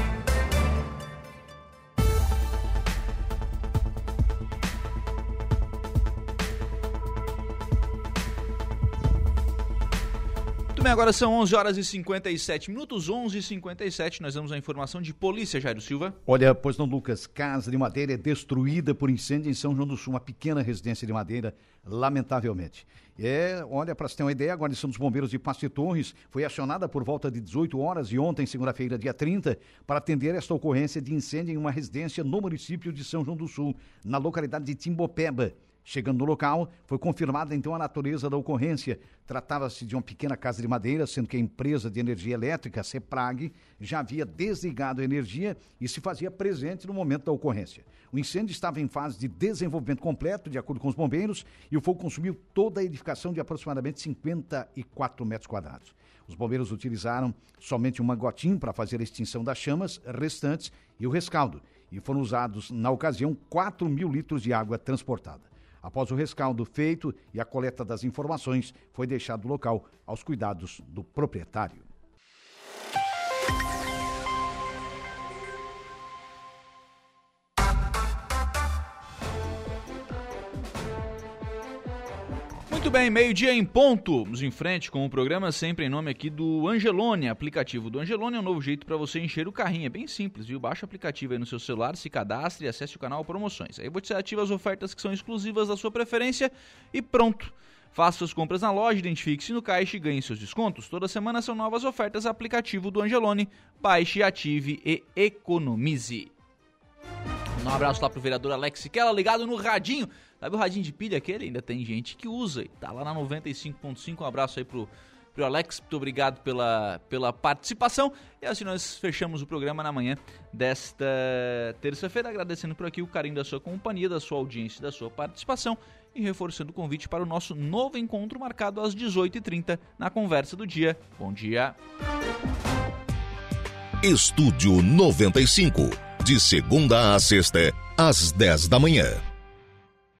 [SPEAKER 2] Muito bem, agora são onze horas e cinquenta e sete minutos, onze e cinquenta e sete, nós damos a informação de polícia, Jairo Silva.
[SPEAKER 10] Olha, pois não, Lucas, casa de madeira é destruída por incêndio em São João do Sul, uma pequena residência de madeira, lamentavelmente. É, olha, para você ter uma ideia, a Guarnição dos Bombeiros de Passo de Torres foi acionada por volta de dezoito horas de ontem, segunda-feira, dia trinta, para atender esta ocorrência de incêndio em uma residência no município de São João do Sul, na localidade de Timbopeba. Chegando no local, foi confirmada então a natureza da ocorrência. Tratava-se de uma pequena casa de madeira, sendo que a empresa de energia elétrica, CEPRAG, já havia desligado a energia e se fazia presente no momento da ocorrência. O incêndio estava em fase de desenvolvimento completo, de acordo com os bombeiros, e o fogo consumiu toda a edificação de aproximadamente cinquenta e quatro metros quadrados. Os bombeiros utilizaram somente uma gotinha para fazer a extinção das chamas restantes e o rescaldo, e foram usados, na ocasião, quatro mil litros de água transportada. Após o rescaldo feito e a coleta das informações, foi deixado o local aos cuidados do proprietário.
[SPEAKER 2] Muito bem, meio-dia em ponto. Vamos em frente com o programa, sempre em nome aqui do Angelone. Aplicativo do Angelone é um novo jeito para você encher o carrinho. É bem simples, viu? Baixa o aplicativo aí no seu celular, se cadastre e acesse o canal Promoções. Aí você ativa as ofertas que são exclusivas da sua preferência e pronto. Faça suas compras na loja, identifique-se no caixa e ganhe seus descontos. Toda semana são novas ofertas. Aplicativo do Angelone. Baixe, ative e economize. Um abraço lá pro vereador Alex Siquela, ligado no radinho. Sabe o radinho de pilha aquele? Ainda tem gente que usa. Tá lá na noventa e cinco ponto cinco. Um abraço aí pro, pro Alex. Muito obrigado pela, pela participação. E assim nós fechamos o programa na manhã desta terça-feira. Agradecendo por aqui o carinho da sua companhia, da sua audiência, da sua participação. E reforçando o convite para o nosso novo encontro marcado às dezoito e trinta na Conversa do Dia. Bom dia.
[SPEAKER 1] Estúdio noventa e cinco. De segunda a sexta, às dez da manhã.